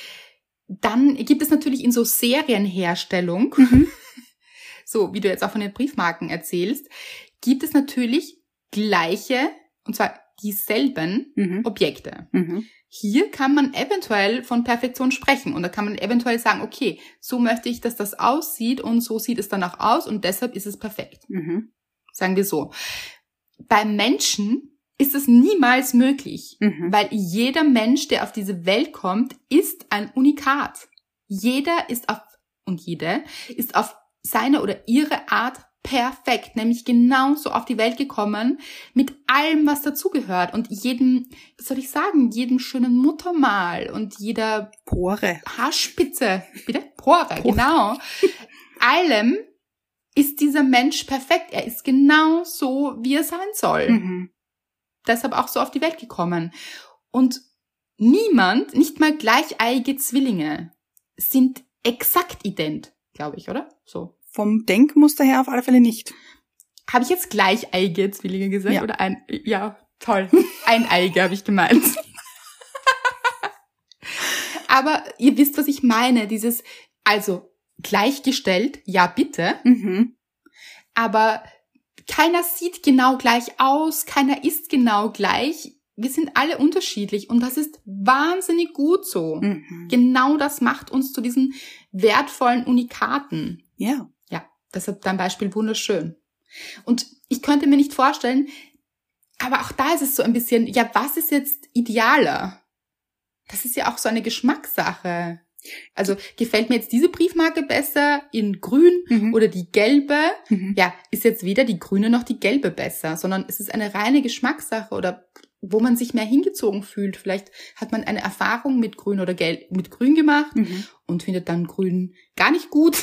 dann gibt es natürlich in so Serienherstellung, mhm. so wie du jetzt auch von den Briefmarken erzählst, gibt es natürlich gleiche, und zwar dieselben mhm. Objekte. Mhm. Hier kann man eventuell von Perfektion sprechen und da kann man eventuell sagen, okay, so möchte ich, dass das aussieht und so sieht es dann auch aus und deshalb ist es perfekt. Mhm. Sagen wir so. Beim Menschen ist es niemals möglich, mhm. weil jeder Mensch, der auf diese Welt kommt, ist ein Unikat. Jeder ist auf, und jede ist auf seine oder ihre Art perfekt, nämlich genauso auf die Welt gekommen, mit allem, was dazugehört und jedem, was soll ich sagen, jedem schönen Muttermal und jeder Pore. Haarspitze, bitte? Pore, Pore. Genau. Allem ist dieser Mensch perfekt. Er ist genau so, wie er sein soll. Mhm. Deshalb auch so auf die Welt gekommen. Und niemand, nicht mal gleicheige Zwillinge, sind exakt ident, glaube ich, oder? So. Vom Denkmuster her auf alle Fälle nicht. Habe ich jetzt gleicheige Zwillinge gesagt? Ja. Oder ein, ja, toll. Eineige habe ich gemeint. Aber ihr wisst, was ich meine. Dieses, also, gleichgestellt, ja bitte, mhm. aber keiner sieht genau gleich aus, keiner ist genau gleich, wir sind alle unterschiedlich und das ist wahnsinnig gut so. Mhm. Genau das macht uns zu diesen wertvollen Unikaten. Ja. Ja, deshalb dein Beispiel wunderschön. Und ich könnte mir nicht vorstellen, aber auch da ist es so ein bisschen, ja, was ist jetzt idealer? Das ist ja auch so eine Geschmackssache. Also gefällt mir jetzt diese Briefmarke besser in grün mhm. oder die gelbe? Mhm. Ja, ist jetzt weder die grüne noch die gelbe besser, sondern es ist eine reine Geschmackssache oder wo man sich mehr hingezogen fühlt. Vielleicht hat man eine Erfahrung mit grün oder gelb, mit grün gemacht mhm. und findet dann grün gar nicht gut.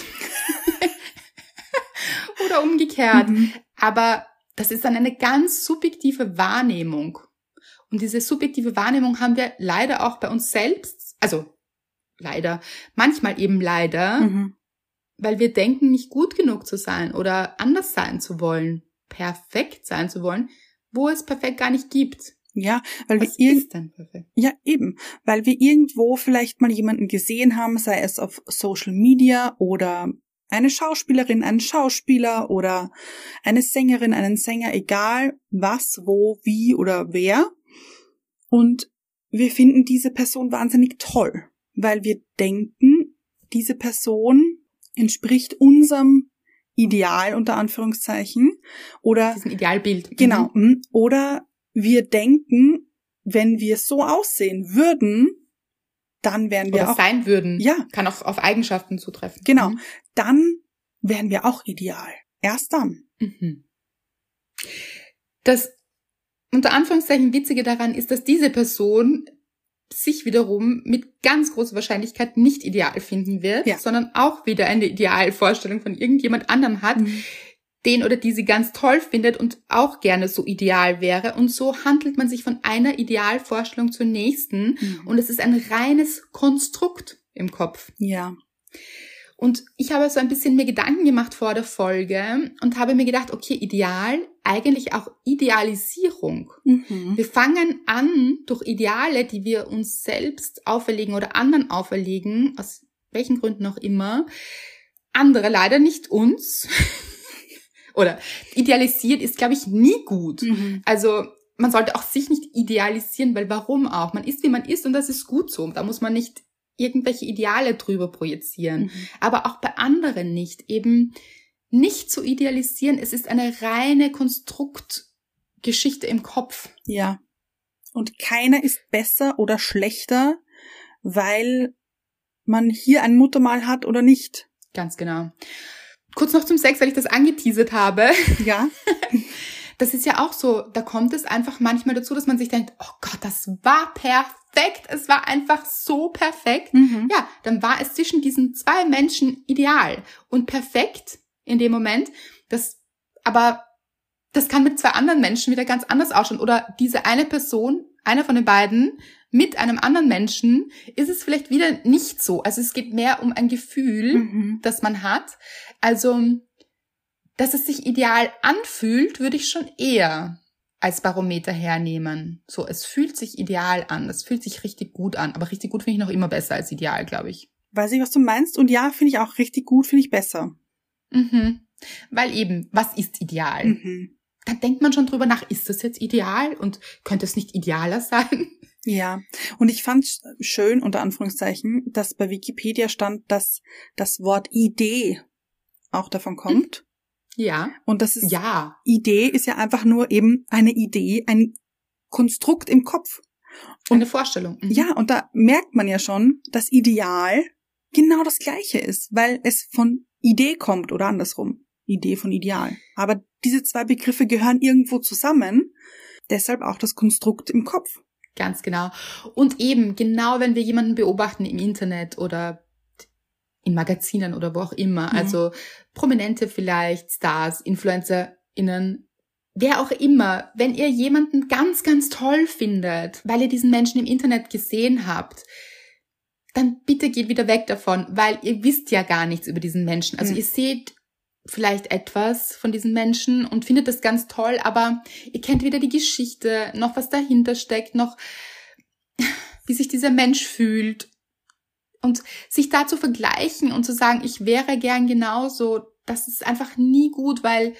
Oder umgekehrt. Mhm. Aber das ist dann eine ganz subjektive Wahrnehmung. Und diese subjektive Wahrnehmung haben wir leider auch bei uns selbst, also leider, manchmal eben leider, mhm. weil wir denken, nicht gut genug zu sein oder anders sein zu wollen, perfekt sein zu wollen, wo es perfekt gar nicht gibt. Ja, weil Was wir ist denn perfekt? Ja, eben, weil wir irgendwo vielleicht mal jemanden gesehen haben, sei es auf Social Media oder eine Schauspielerin, einen Schauspieler oder eine Sängerin, einen Sänger, egal was, wo, wie oder wer. Und wir finden diese Person wahnsinnig toll. Weil wir denken, diese Person entspricht unserem Ideal, unter Anführungszeichen, oder diesem Idealbild. Genau. Mhm. Oder wir denken, wenn wir so aussehen würden, dann wären wir oder auch sein würden. Ja. Kann auch auf Eigenschaften zutreffen. Genau. Mhm. Dann wären wir auch ideal. Erst dann. Mhm. Das unter Anführungszeichen Witzige daran ist, dass diese Person sich wiederum mit ganz großer Wahrscheinlichkeit nicht ideal finden wird, ja. sondern auch wieder eine Idealvorstellung von irgendjemand anderem hat, mhm. den oder die sie ganz toll findet und auch gerne so ideal wäre. Und so handelt man sich von einer Idealvorstellung zur nächsten. Mhm. Und es ist ein reines Konstrukt im Kopf. Ja. Und ich habe so ein bisschen mir Gedanken gemacht vor der Folge und habe mir gedacht, okay, Ideal, eigentlich auch Idealisierung. Mhm. Wir fangen an, durch Ideale, die wir uns selbst auferlegen oder anderen auferlegen, aus welchen Gründen auch immer, andere leider nicht uns, oder idealisiert ist, glaube ich, nie gut. Mhm. Also man sollte auch sich nicht idealisieren, weil warum auch? Man ist, wie man ist und das ist gut so. Da muss man nicht irgendwelche Ideale drüber projizieren. Mhm. Aber auch bei anderen nicht. Eben nicht zu idealisieren. Es ist eine reine Konstruktgeschichte im Kopf. Ja. Und keiner ist besser oder schlechter, weil man hier ein Muttermal hat oder nicht. Ganz genau. Kurz noch zum Sex, weil ich das angeteasert habe. Ja. Das ist ja auch so, da kommt es einfach manchmal dazu, dass man sich denkt, oh Gott, das war perfekt, es war einfach so perfekt. Mhm. Ja, dann war es zwischen diesen zwei Menschen ideal und perfekt in dem Moment. Das, aber das kann mit zwei anderen Menschen wieder ganz anders ausschauen. Oder diese eine Person, einer von den beiden, mit einem anderen Menschen, ist es vielleicht wieder nicht so. Also es geht mehr um ein Gefühl, Mhm. das man hat. Also, dass es sich ideal anfühlt, würde ich schon eher als Barometer hernehmen. So, es fühlt sich ideal an, es fühlt sich richtig gut an. Aber richtig gut finde ich noch immer besser als ideal, glaube ich. Weiß ich, was du meinst. Und ja, finde ich auch richtig gut, finde ich besser. Mhm. Weil eben, was ist ideal? Mhm. Da denkt man schon drüber nach, ist das jetzt ideal? Und könnte es nicht idealer sein? Ja, und ich fand schön, unter Anführungszeichen, dass bei Wikipedia stand, dass das Wort Idee auch davon kommt. Ja. Und das ist, Ja. Idee ist ja einfach nur eben eine Idee, ein Konstrukt im Kopf. Und Eine Vorstellung. Mhm. ja, und da merkt man ja schon, dass Ideal genau das Gleiche ist, weil es von Idee kommt oder andersrum. Idee von Ideal. Aber diese zwei Begriffe gehören irgendwo zusammen, deshalb auch das Konstrukt im Kopf. Ganz genau. Und eben, genau wenn wir jemanden beobachten im Internet oder in Magazinen oder wo auch immer, Mhm. also Prominente vielleicht, Stars, InfluencerInnen, wer auch immer, wenn ihr jemanden ganz, ganz toll findet, weil ihr diesen Menschen im Internet gesehen habt, dann bitte geht wieder weg davon, weil ihr wisst ja gar nichts über diesen Menschen. Also Mhm. ihr seht vielleicht etwas von diesen Menschen und findet das ganz toll, aber ihr kennt weder die Geschichte, noch was dahinter steckt, noch wie sich dieser Mensch fühlt. Und sich da zu vergleichen und zu sagen, ich wäre gern genauso, das ist einfach nie gut, weil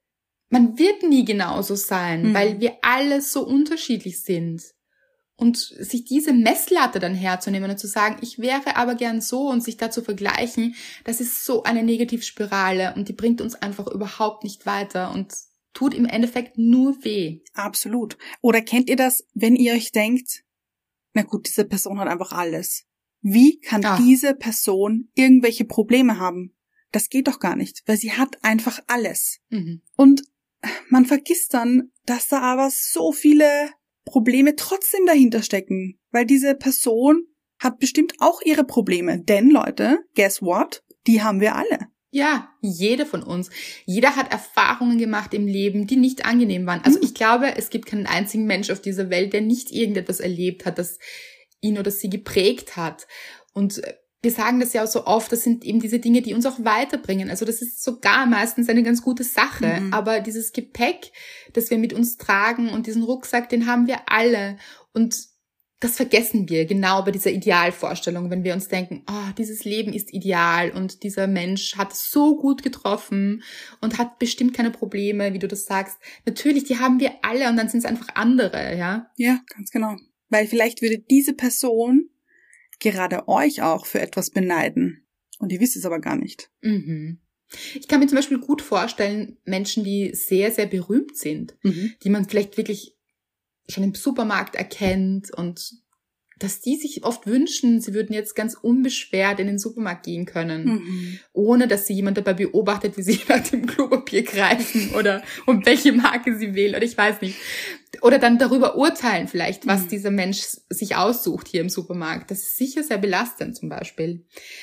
man wird nie genauso sein, Mhm. weil wir alle so unterschiedlich sind. Und sich diese Messlatte dann herzunehmen und zu sagen, ich wäre aber gern so und sich da zu vergleichen, das ist so eine Negativspirale und die bringt uns einfach überhaupt nicht weiter und tut im Endeffekt nur weh. Absolut. Oder kennt ihr das, wenn ihr euch denkt, na gut, diese Person hat einfach alles. Wie kann Ach. diese Person irgendwelche Probleme haben? Das geht doch gar nicht, weil sie hat einfach alles. Mhm. Und man vergisst dann, dass da aber so viele Probleme trotzdem dahinter stecken, weil diese Person hat bestimmt auch ihre Probleme. Denn, Leute, guess what? Die haben wir alle. Ja, jeder von uns. Jeder hat Erfahrungen gemacht im Leben, die nicht angenehm waren. Also Mhm. ich glaube, es gibt keinen einzigen Mensch auf dieser Welt, der nicht irgendetwas erlebt hat, das ihn oder sie geprägt hat. Und wir sagen das ja auch so oft, das sind eben diese Dinge, die uns auch weiterbringen. Also das ist sogar meistens eine ganz gute Sache. Mhm. Aber dieses Gepäck, das wir mit uns tragen und diesen Rucksack, den haben wir alle. Und das vergessen wir genau bei dieser Idealvorstellung, wenn wir uns denken, oh, dieses Leben ist ideal und dieser Mensch hat so gut getroffen und hat bestimmt keine Probleme, wie du das sagst. Natürlich, die haben wir alle und dann sind es einfach andere, ja. Ja, ganz genau. Weil vielleicht würde diese Person gerade euch auch für etwas beneiden. Und ihr wisst es aber gar nicht. Mhm. Ich kann mir zum Beispiel gut vorstellen, Menschen, die sehr, sehr berühmt sind, Mhm. die man vielleicht wirklich schon im Supermarkt erkennt und dass die sich oft wünschen, sie würden jetzt ganz unbeschwert in den Supermarkt gehen können, Mhm. ohne dass sie jemand dabei beobachtet, wie sie nach dem Klopapier greifen oder um welche Marke sie wählen oder ich weiß nicht. Oder dann darüber urteilen vielleicht, was Mhm. dieser Mensch sich aussucht hier im Supermarkt. Das ist sicher sehr belastend zum Beispiel.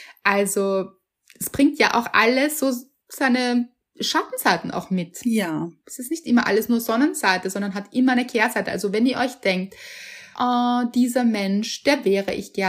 Also es bringt ja auch alles so seine Schattenseiten auch mit. Ja. Es ist nicht immer alles nur Sonnenseite, sondern hat immer eine Kehrseite. Also wenn ihr euch denkt, oh, dieser Mensch, der wäre ich gern,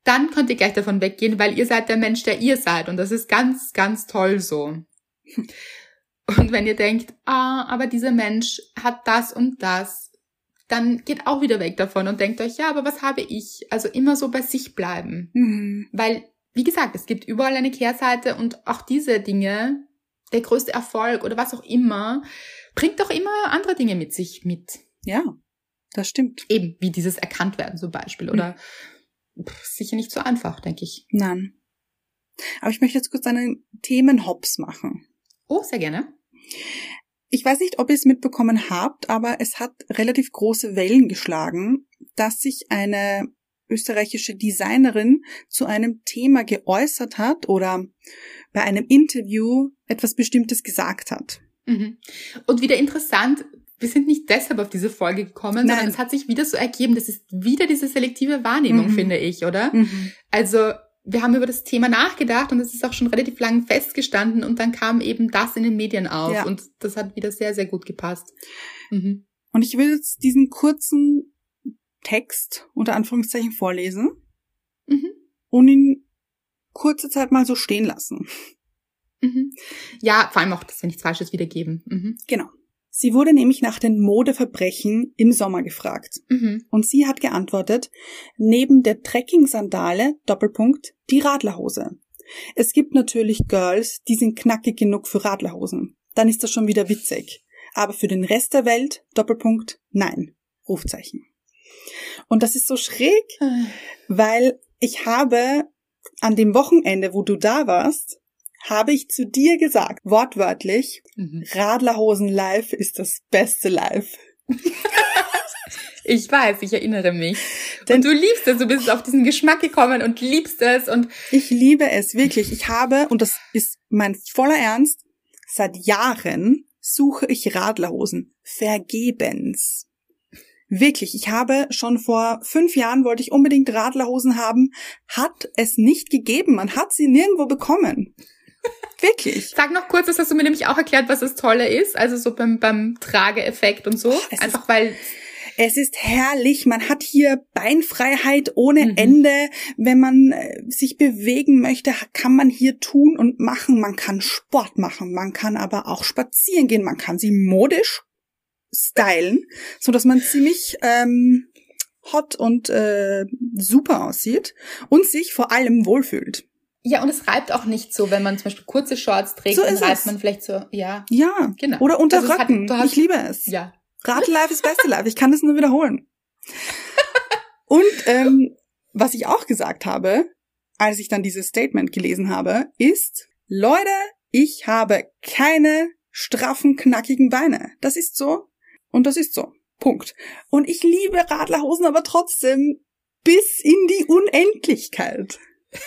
dann könnt ihr gleich davon weggehen, weil ihr seid der Mensch, der ihr seid. Und das ist ganz, ganz toll so. Und wenn ihr denkt, ah, aber dieser Mensch hat das und das, dann geht auch wieder weg davon und denkt euch, ja, aber was habe ich? Also immer so bei sich bleiben. Mhm. Weil, wie gesagt, es gibt überall eine Kehrseite und auch diese Dinge, der größte Erfolg oder was auch immer, bringt doch immer andere Dinge mit sich mit. Ja, das stimmt. Eben, wie dieses Erkanntwerden zum Beispiel. Oder mhm. pff, sicher nicht so einfach, denke ich. Nein. Aber ich möchte jetzt kurz einen Themenhops machen. Oh, sehr gerne. Ich weiß nicht, ob ihr es mitbekommen habt, aber es hat relativ große Wellen geschlagen, dass sich eine österreichische Designerin zu einem Thema geäußert hat oder bei einem Interview etwas Bestimmtes gesagt hat. Mhm. Und wieder interessant, wir sind nicht deshalb auf diese Folge gekommen, Nein. sondern es hat sich wieder so ergeben, das ist wieder diese selektive Wahrnehmung, mhm. finde ich, oder? Mhm. Also wir haben über das Thema nachgedacht und es ist auch schon relativ lang festgestanden und dann kam eben das in den Medien auf ja. und das hat wieder sehr, sehr gut gepasst. Mhm. Und ich will jetzt diesen kurzen Text unter Anführungszeichen vorlesen mhm. und ihn kurze Zeit mal so stehen lassen. Mhm. Ja, vor allem auch, dass wir nichts Falsches wiedergeben. Mhm. Genau. Sie wurde nämlich nach den Modeverbrechen im Sommer gefragt. Mhm. Und sie hat geantwortet, neben der Trekking-Sandale, Doppelpunkt, die Radlerhose. Es gibt natürlich Girls, die sind knackig genug für Radlerhosen. Dann ist das schon wieder witzig. Aber für den Rest der Welt, Doppelpunkt, nein. Rufzeichen. Und das ist so schräg, weil ich habe an dem Wochenende, wo du da warst, habe ich zu dir gesagt, wortwörtlich, mhm. Radlerhosen live ist das beste live. Ich weiß, ich erinnere mich. Denn und du liebst es, du bist auf diesen Geschmack gekommen und liebst es. Und ich liebe es, wirklich. Ich habe, und das ist mein voller Ernst, seit Jahren suche ich Radlerhosen. Vergebens. Wirklich, ich habe schon vor fünf Jahren wollte ich unbedingt Radlerhosen haben, hat es nicht gegeben. Man hat sie nirgendwo bekommen. Wirklich. Sag noch kurz, das hast du mir nämlich auch erklärt, was das Tolle ist, also so beim, beim Trageeffekt und so. Oh, einfach ist, weil... Es ist herrlich, man hat hier Beinfreiheit ohne mhm. Ende. Wenn man sich bewegen möchte, kann man hier tun und machen. Man kann Sport machen, man kann aber auch spazieren gehen, man kann sie modisch stylen, so dass man ziemlich ähm, hot und äh, super aussieht und sich vor allem wohlfühlt. Ja, und es reibt auch nicht so, wenn man zum Beispiel kurze Shorts trägt, so dann ist reibt es. man vielleicht so, ja. Ja, genau. Oder unter also Röcken. Hat, hast, ich liebe es. Ja. Radlife ist beste Life. Ich kann es nur wiederholen. Und ähm, was ich auch gesagt habe, als ich dann dieses Statement gelesen habe, ist, Leute, ich habe keine straffen, knackigen Beine. Das ist so und das ist so. Punkt. Und ich liebe Radlerhosen, aber trotzdem bis in die Unendlichkeit.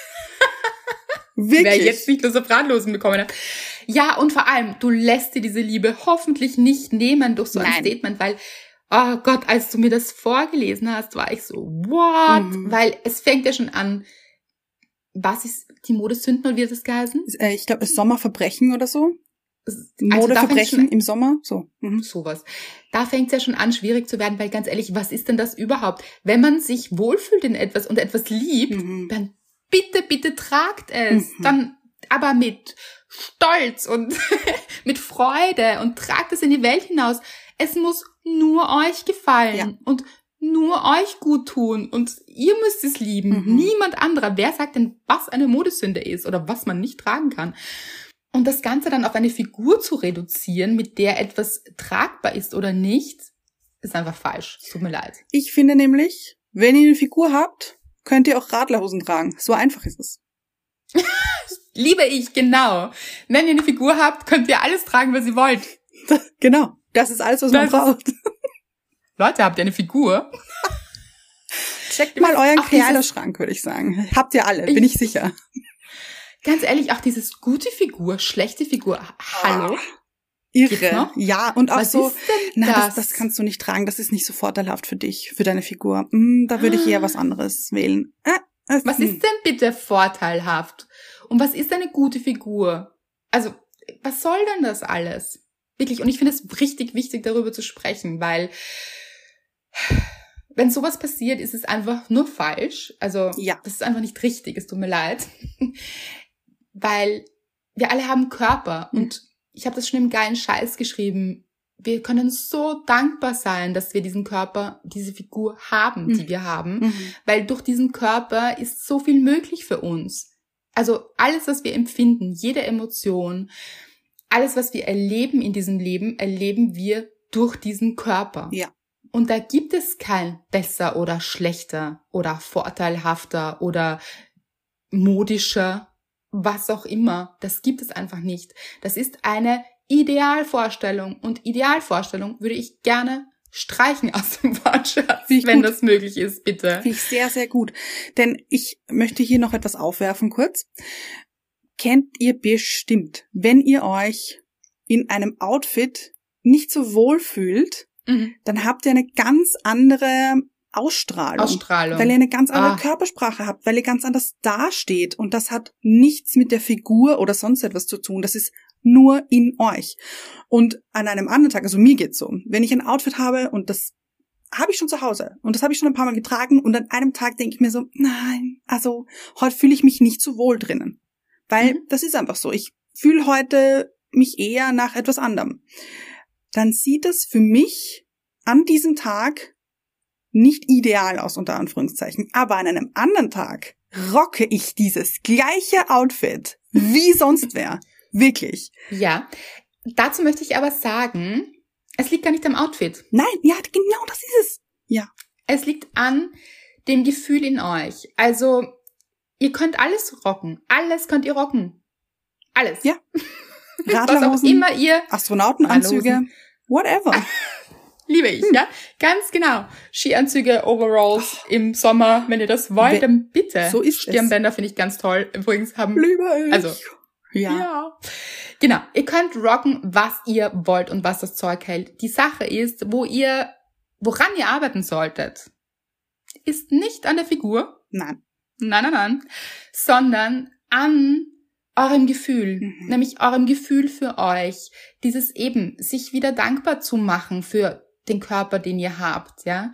Wirklich. Wer jetzt nicht nur so Radlosen bekommen hat. Ja, und vor allem, du lässt dir diese Liebe hoffentlich nicht nehmen durch so ein Nein. Statement, weil, oh Gott, als du mir das vorgelesen hast, war ich so, what? Mhm. Weil es fängt ja schon an, was ist die Modesünden oder wie hat das geheißen? Ich glaube, es Sommerverbrechen oder so. Also Modeverbrechen im Sommer, so. Mhm. Sowas. Da fängt es ja schon an, schwierig zu werden, weil ganz ehrlich, was ist denn das überhaupt? Wenn man sich wohlfühlt in etwas und etwas liebt, mhm. dann bitte, bitte tragt es. Mhm. Dann aber mit Stolz und mit Freude und tragt es in die Welt hinaus. Es muss nur euch gefallen ja. und nur euch gut tun und ihr müsst es lieben. Mhm. Niemand anderer. Wer sagt denn, was eine Modesünde ist oder was man nicht tragen kann? Und das Ganze dann auf eine Figur zu reduzieren, mit der etwas tragbar ist oder nicht, ist einfach falsch. Es tut mir leid. Ich finde nämlich, wenn ihr eine Figur habt, könnt ihr auch Radlerhosen tragen. So einfach ist es. Liebe ich, genau. Wenn ihr eine Figur habt, könnt ihr alles tragen, was ihr wollt. Genau. Das ist alles, was das man braucht. Leute, habt ihr eine Figur? Checkt mal euren Kleiderschrank, würde ich sagen. Habt ihr alle, bin ich sicher. Ganz ehrlich, auch dieses gute Figur, schlechte Figur. Hallo? Oh, irre. Ja, und auch Was so, ist denn na, das? das, das kannst du nicht tragen, das ist nicht so vorteilhaft für dich, für deine Figur. Hm, da würde ich eher was anderes wählen. Äh, äh, was ist denn bitte vorteilhaft? Und was ist eine gute Figur? Also, was soll denn das alles? Wirklich, und ich finde es richtig wichtig, darüber zu sprechen, weil wenn sowas passiert, ist es einfach nur falsch. Also Ja. das ist einfach nicht richtig, es tut mir leid. Weil wir alle haben Körper und ich habe das schon im geilen Scheiß geschrieben. Wir können so dankbar sein, dass wir diesen Körper, diese Figur haben, die Mhm. wir haben. Mhm. Weil durch diesen Körper ist so viel möglich für uns. Also alles, was wir empfinden, jede Emotion, alles, was wir erleben in diesem Leben, erleben wir durch diesen Körper. Ja. Und da gibt es kein besser oder schlechter oder vorteilhafter oder modischer, was auch immer. Das gibt es einfach nicht. Das ist eine Idealvorstellung. Und Idealvorstellung würde ich gerne streichen aus dem Wortschatz, Finde ich wenn gut. das möglich ist, bitte. Finde ich sehr, sehr gut. Denn ich möchte hier noch etwas aufwerfen kurz. Kennt ihr bestimmt, wenn ihr euch in einem Outfit nicht so wohl fühlt, Mhm. dann habt ihr eine ganz andere Ausstrahlung. Ausstrahlung. Weil ihr eine ganz andere Ah. Körpersprache habt, weil ihr ganz anders dasteht. Und das hat nichts mit der Figur oder sonst etwas zu tun. Das ist nur in euch. Und an einem anderen Tag, also mir geht's so, wenn ich ein Outfit habe und das habe ich schon zu Hause und das habe ich schon ein paar Mal getragen und an einem Tag denke ich mir so, nein, also heute fühle ich mich nicht so wohl drinnen. Weil Mhm. das ist einfach so. Ich fühle heute mich eher nach etwas anderem. Dann sieht es für mich an diesem Tag nicht ideal aus, unter Anführungszeichen. Aber an einem anderen Tag rocke ich dieses gleiche Outfit wie sonst wer. Wirklich. Ja. Dazu möchte ich aber sagen, es liegt gar nicht am Outfit. Nein, ja, genau das ist es. Ja. Es liegt an dem Gefühl in euch. Also, ihr könnt alles rocken. Alles könnt ihr rocken. Alles. Ja. Was auch Radlerhosen, immer ihr, Astronautenanzüge, whatever. liebe ich, ja? Ganz genau. Skianzüge, Overalls im Sommer, wenn ihr das wollt, We- dann bitte. So ist es. Stirnbänder finde ich ganz toll. Übrigens haben, Liebe ich. also, ja. ja. Genau. Ihr könnt rocken, was ihr wollt und was das Zeug hält. Die Sache ist, wo ihr, woran ihr arbeiten solltet, ist nicht an der Figur. Nein. Nein, nein, nein. Sondern an eurem Gefühl. Mhm. Nämlich eurem Gefühl für euch. Dieses eben, sich wieder dankbar zu machen für den Körper, den ihr habt, ja.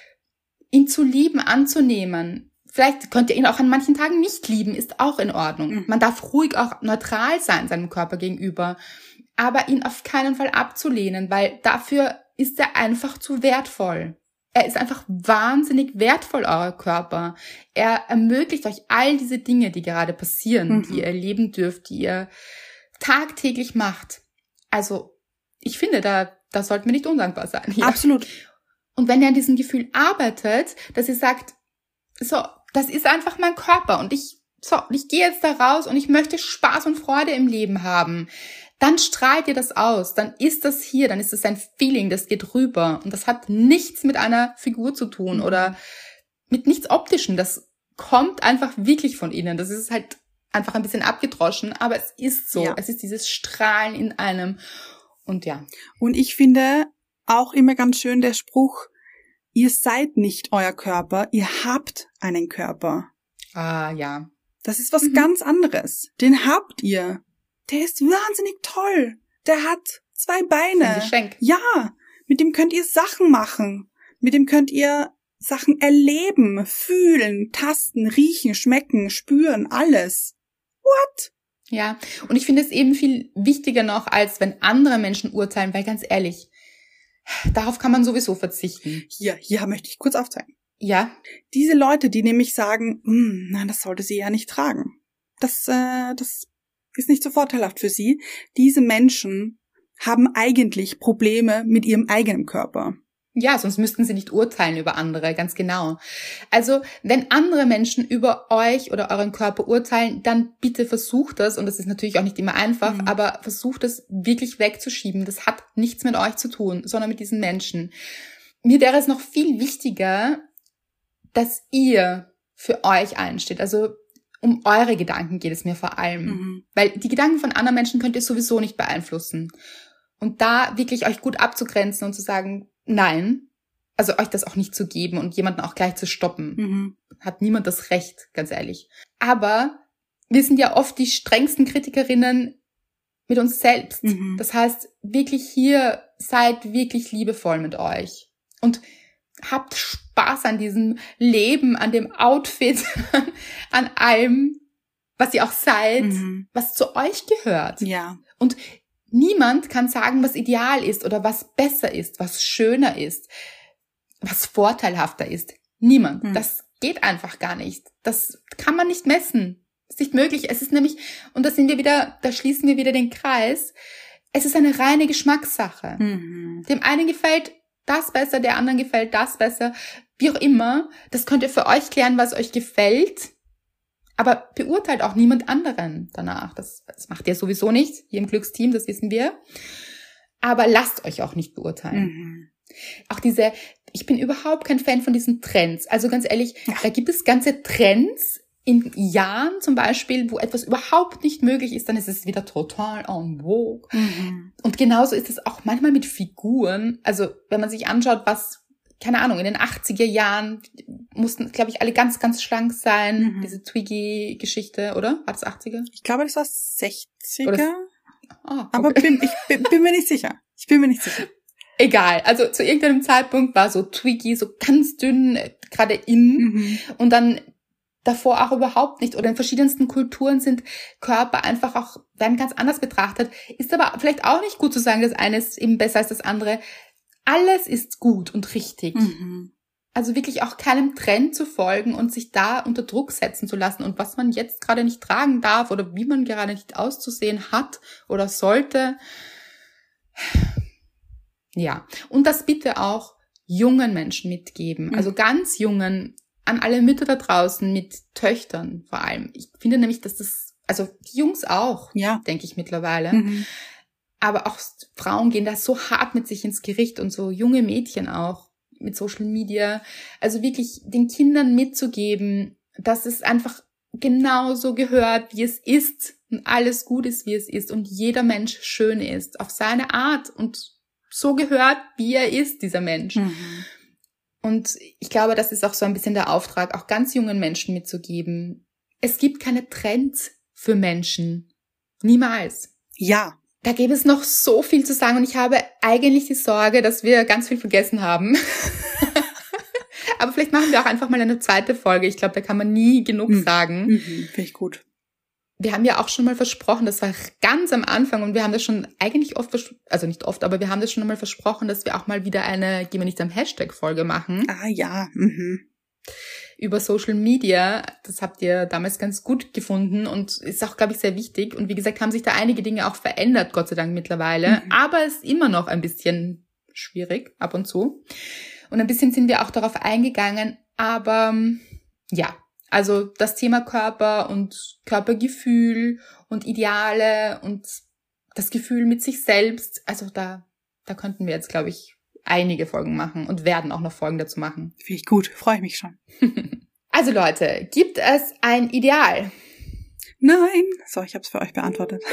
Ihn zu lieben, anzunehmen. Vielleicht könnt ihr ihn auch an manchen Tagen nicht lieben, ist auch in Ordnung. Mhm. Man darf ruhig auch neutral sein seinem Körper gegenüber. Aber ihn auf keinen Fall abzulehnen, weil dafür ist er einfach zu wertvoll. Er ist einfach wahnsinnig wertvoll, euer Körper. Er ermöglicht euch all diese Dinge, die gerade passieren, Mhm. die ihr erleben dürft, die ihr tagtäglich macht. Also, ich finde, da, da sollten wir nicht undankbar sein. Ja. Absolut. Und wenn ihr an diesem Gefühl arbeitet, dass ihr sagt, so, das ist einfach mein Körper und ich, so, ich gehe jetzt da raus und ich möchte Spaß und Freude im Leben haben, dann strahlt ihr das aus, dann ist das hier, dann ist das ein Feeling, das geht rüber und das hat nichts mit einer Figur zu tun Mhm. oder mit nichts Optischen, das kommt einfach wirklich von innen, das ist halt einfach ein bisschen abgedroschen, aber es ist so, Ja. es ist dieses Strahlen in einem und ja. Und ich finde auch immer ganz schön der Spruch, ihr seid nicht euer Körper, ihr habt einen Körper. Ah, ja. Das ist was Mhm. ganz anderes. Den habt ihr. Der ist wahnsinnig toll. Der hat zwei Beine. Ein Geschenk. Ja, mit dem könnt ihr Sachen machen. Mit dem könnt ihr Sachen erleben, fühlen, tasten, riechen, schmecken, spüren, alles. What? Ja, und ich finde es eben viel wichtiger noch, als wenn andere Menschen urteilen, weil ganz ehrlich, darauf kann man sowieso verzichten. Hier, hier möchte ich kurz aufzeigen. Ja, Diese Leute, die nämlich sagen, "Hm, nein, das sollte sie ja nicht tragen. Das, äh, das ist nicht so vorteilhaft für sie. Diese Menschen haben eigentlich Probleme mit ihrem eigenen Körper. ja, sonst müssten sie nicht urteilen über andere, ganz genau. Also, wenn andere Menschen über euch oder euren Körper urteilen, dann bitte versucht das, und das ist natürlich auch nicht immer einfach, Mhm. aber versucht das wirklich wegzuschieben. Das hat nichts mit euch zu tun, sondern mit diesen Menschen. Mir wäre es noch viel wichtiger, dass ihr für euch einsteht. Also, um eure Gedanken geht es mir vor allem. Mhm. Weil die Gedanken von anderen Menschen könnt ihr sowieso nicht beeinflussen. Und da wirklich euch gut abzugrenzen und zu sagen, nein, also euch das auch nicht zu geben und jemanden auch gleich zu stoppen. Mhm. Hat niemand das Recht, ganz ehrlich. Aber wir sind ja oft die strengsten Kritikerinnen mit uns selbst. Mhm. Das heißt, wirklich hier seid wirklich liebevoll mit euch. Und habt Spaß an diesem Leben, an dem Outfit, an allem, was ihr auch seid, mhm. was zu euch gehört. Ja. Und niemand kann sagen, was ideal ist oder was besser ist, was schöner ist, was vorteilhafter ist. Niemand. Mhm. Das geht einfach gar nicht. Das kann man nicht messen. Das ist nicht möglich. Es ist nämlich, und da sind wir wieder, da schließen wir wieder den Kreis, es ist eine reine Geschmackssache. Mhm. Dem einen gefällt das besser, der anderen gefällt das besser, wie auch immer. Das könnt ihr für euch klären, was euch gefällt. Aber beurteilt auch niemand anderen danach. Das, das macht ihr sowieso nicht, hier im Glücksteam, das wissen wir. Aber lasst euch auch nicht beurteilen. Mhm. Auch diese, ich bin überhaupt kein Fan von diesen Trends. Also ganz ehrlich, ja. Da gibt es ganze Trends in Jahren zum Beispiel, wo etwas überhaupt nicht möglich ist, dann ist es wieder total en vogue. Mhm. Und genauso ist es auch manchmal mit Figuren. Also wenn man sich anschaut, was, keine Ahnung, in den achtziger Jahren mussten, glaube ich, alle ganz, ganz schlank sein. Mhm. Diese Twiggy-Geschichte, oder? War das achtziger? Ich glaube, das war sechziger. Oder oh, okay. Aber bin, ich bin, bin mir nicht sicher. Ich bin mir nicht sicher. Egal, also zu irgendeinem Zeitpunkt war so Twiggy so ganz dünn, gerade in. Mhm. Und dann davor auch überhaupt nicht. Oder in verschiedensten Kulturen sind Körper einfach auch, werden ganz anders betrachtet. Ist aber vielleicht auch nicht gut zu sagen, das eine ist eben besser als das andere. Alles ist gut und richtig. Mhm. Also wirklich auch keinem Trend zu folgen und sich da unter Druck setzen zu lassen und was man jetzt gerade nicht tragen darf oder wie man gerade nicht auszusehen hat oder sollte. Ja, und das bitte auch jungen Menschen mitgeben. Mhm. Also ganz jungen, an alle Mütter da draußen mit Töchtern vor allem. Ich finde nämlich, dass das, also die Jungs auch, ja, denke ich mittlerweile. Mhm. Aber auch Frauen gehen da so hart mit sich ins Gericht und so junge Mädchen auch mit Social Media. Also wirklich den Kindern mitzugeben, dass es einfach genauso gehört, wie es ist und alles gut ist, wie es ist und jeder Mensch schön ist auf seine Art und so gehört, wie er ist, dieser Mensch. Mhm. Und ich glaube, das ist auch so ein bisschen der Auftrag, auch ganz jungen Menschen mitzugeben. Es gibt keine Trends für Menschen. Niemals. Ja. Da gäbe es noch so viel zu sagen und ich habe eigentlich die Sorge, dass wir ganz viel vergessen haben. Aber vielleicht machen wir auch einfach mal eine zweite Folge. Ich glaube, da kann man nie genug mhm. sagen. Mhm. Finde ich gut. Wir haben ja auch schon mal versprochen, das war ganz am Anfang und wir haben das schon eigentlich oft, also nicht oft, aber wir haben das schon mal versprochen, dass wir auch mal wieder eine, gehen wir nicht am Hashtag-Folge machen. Ah ja. Mhm. Über Social Media. Das habt ihr damals ganz gut gefunden und ist auch, glaube ich, sehr wichtig. Und wie gesagt, haben sich da einige Dinge auch verändert, Gott sei Dank mittlerweile. Mhm. Aber es ist immer noch ein bisschen schwierig, ab und zu. Und ein bisschen sind wir auch darauf eingegangen. Aber ja, also das Thema Körper und Körpergefühl und Ideale und das Gefühl mit sich selbst, also da, da könnten wir jetzt, glaube ich, einige Folgen machen und werden auch noch Folgen dazu machen. Finde ich gut, freue ich mich schon. Also Leute, gibt es ein Ideal? Nein. So, ich habe es für euch beantwortet.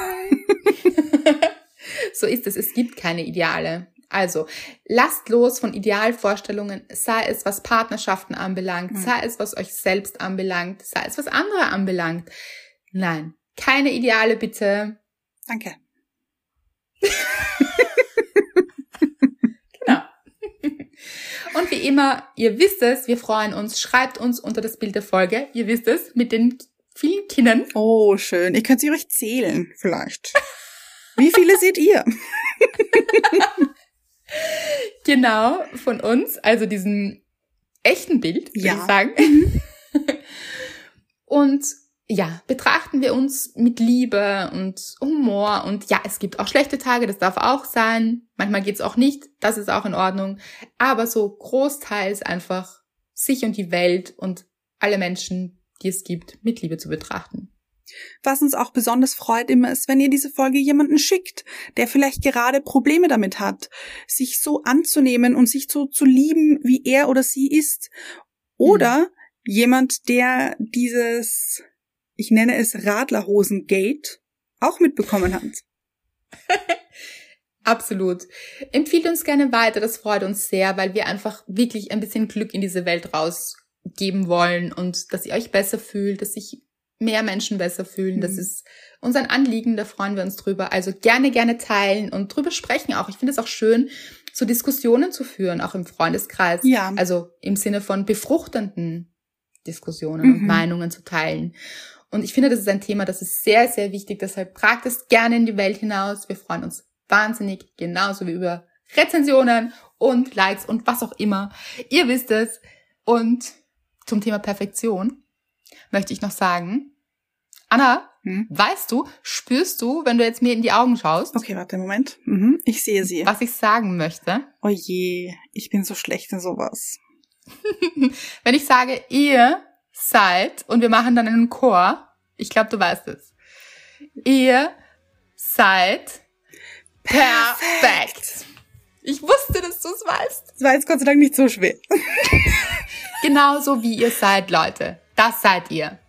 So ist es, es gibt keine Ideale. Also, lasst los von Idealvorstellungen, sei es was Partnerschaften anbelangt, mhm. sei es was euch selbst anbelangt, sei es was andere anbelangt. Nein, keine Ideale bitte. Danke. Genau. Und wie immer, ihr wisst es, wir freuen uns, schreibt uns unter das Bild der Folge, ihr wisst es, mit den vielen Kindern. Oh, schön. Ihr könnt sie ruhig zählen, vielleicht. Wie viele seht ihr? Genau, von uns, also diesem echten Bild, würde ja. ich sagen. Und ja, betrachten wir uns mit Liebe und Humor und ja, es gibt auch schlechte Tage, das darf auch sein. Manchmal geht's auch nicht, das ist auch in Ordnung. Aber so großteils einfach sich und die Welt und alle Menschen, die es gibt, mit Liebe zu betrachten. Was uns auch besonders freut immer ist, wenn ihr diese Folge jemanden schickt, der vielleicht gerade Probleme damit hat, sich so anzunehmen und sich so zu lieben, wie er oder sie ist. Oder mhm. jemand, der dieses, ich nenne es Radlerhosen-Gate, auch mitbekommen hat. Absolut. Empfiehlt uns gerne weiter, das freut uns sehr, weil wir einfach wirklich ein bisschen Glück in diese Welt rausgeben wollen und dass ihr euch besser fühlt, dass sich mehr Menschen besser fühlen. Mhm. Das ist uns ein Anliegen, da freuen wir uns drüber. Also gerne, gerne teilen und drüber sprechen auch. Ich finde es auch schön so Diskussionen zu führen, auch im Freundeskreis. Ja. Also im Sinne von befruchtenden Diskussionen Mhm. und Meinungen zu teilen. Und ich finde, das ist ein Thema, das ist sehr, sehr wichtig. Deshalb tragt es gerne in die Welt hinaus. Wir freuen uns wahnsinnig, genauso wie über Rezensionen und Likes und was auch immer. Ihr wisst es. Und zum Thema Perfektion möchte ich noch sagen, Anna, Hm? weißt du, spürst du, wenn du jetzt mir in die Augen schaust, Okay, warte, Moment. Mhm. Ich sehe sie. was ich sagen möchte? Oh je, ich bin so schlecht in sowas. Wenn ich sage, ihr seid, und wir machen dann einen Chor, ich glaube, du weißt es. Ihr seid perfekt. Ich wusste, dass du es weißt. Das war jetzt Gott sei Dank nicht so schwer. Genauso wie ihr seid, Leute. Das seid ihr.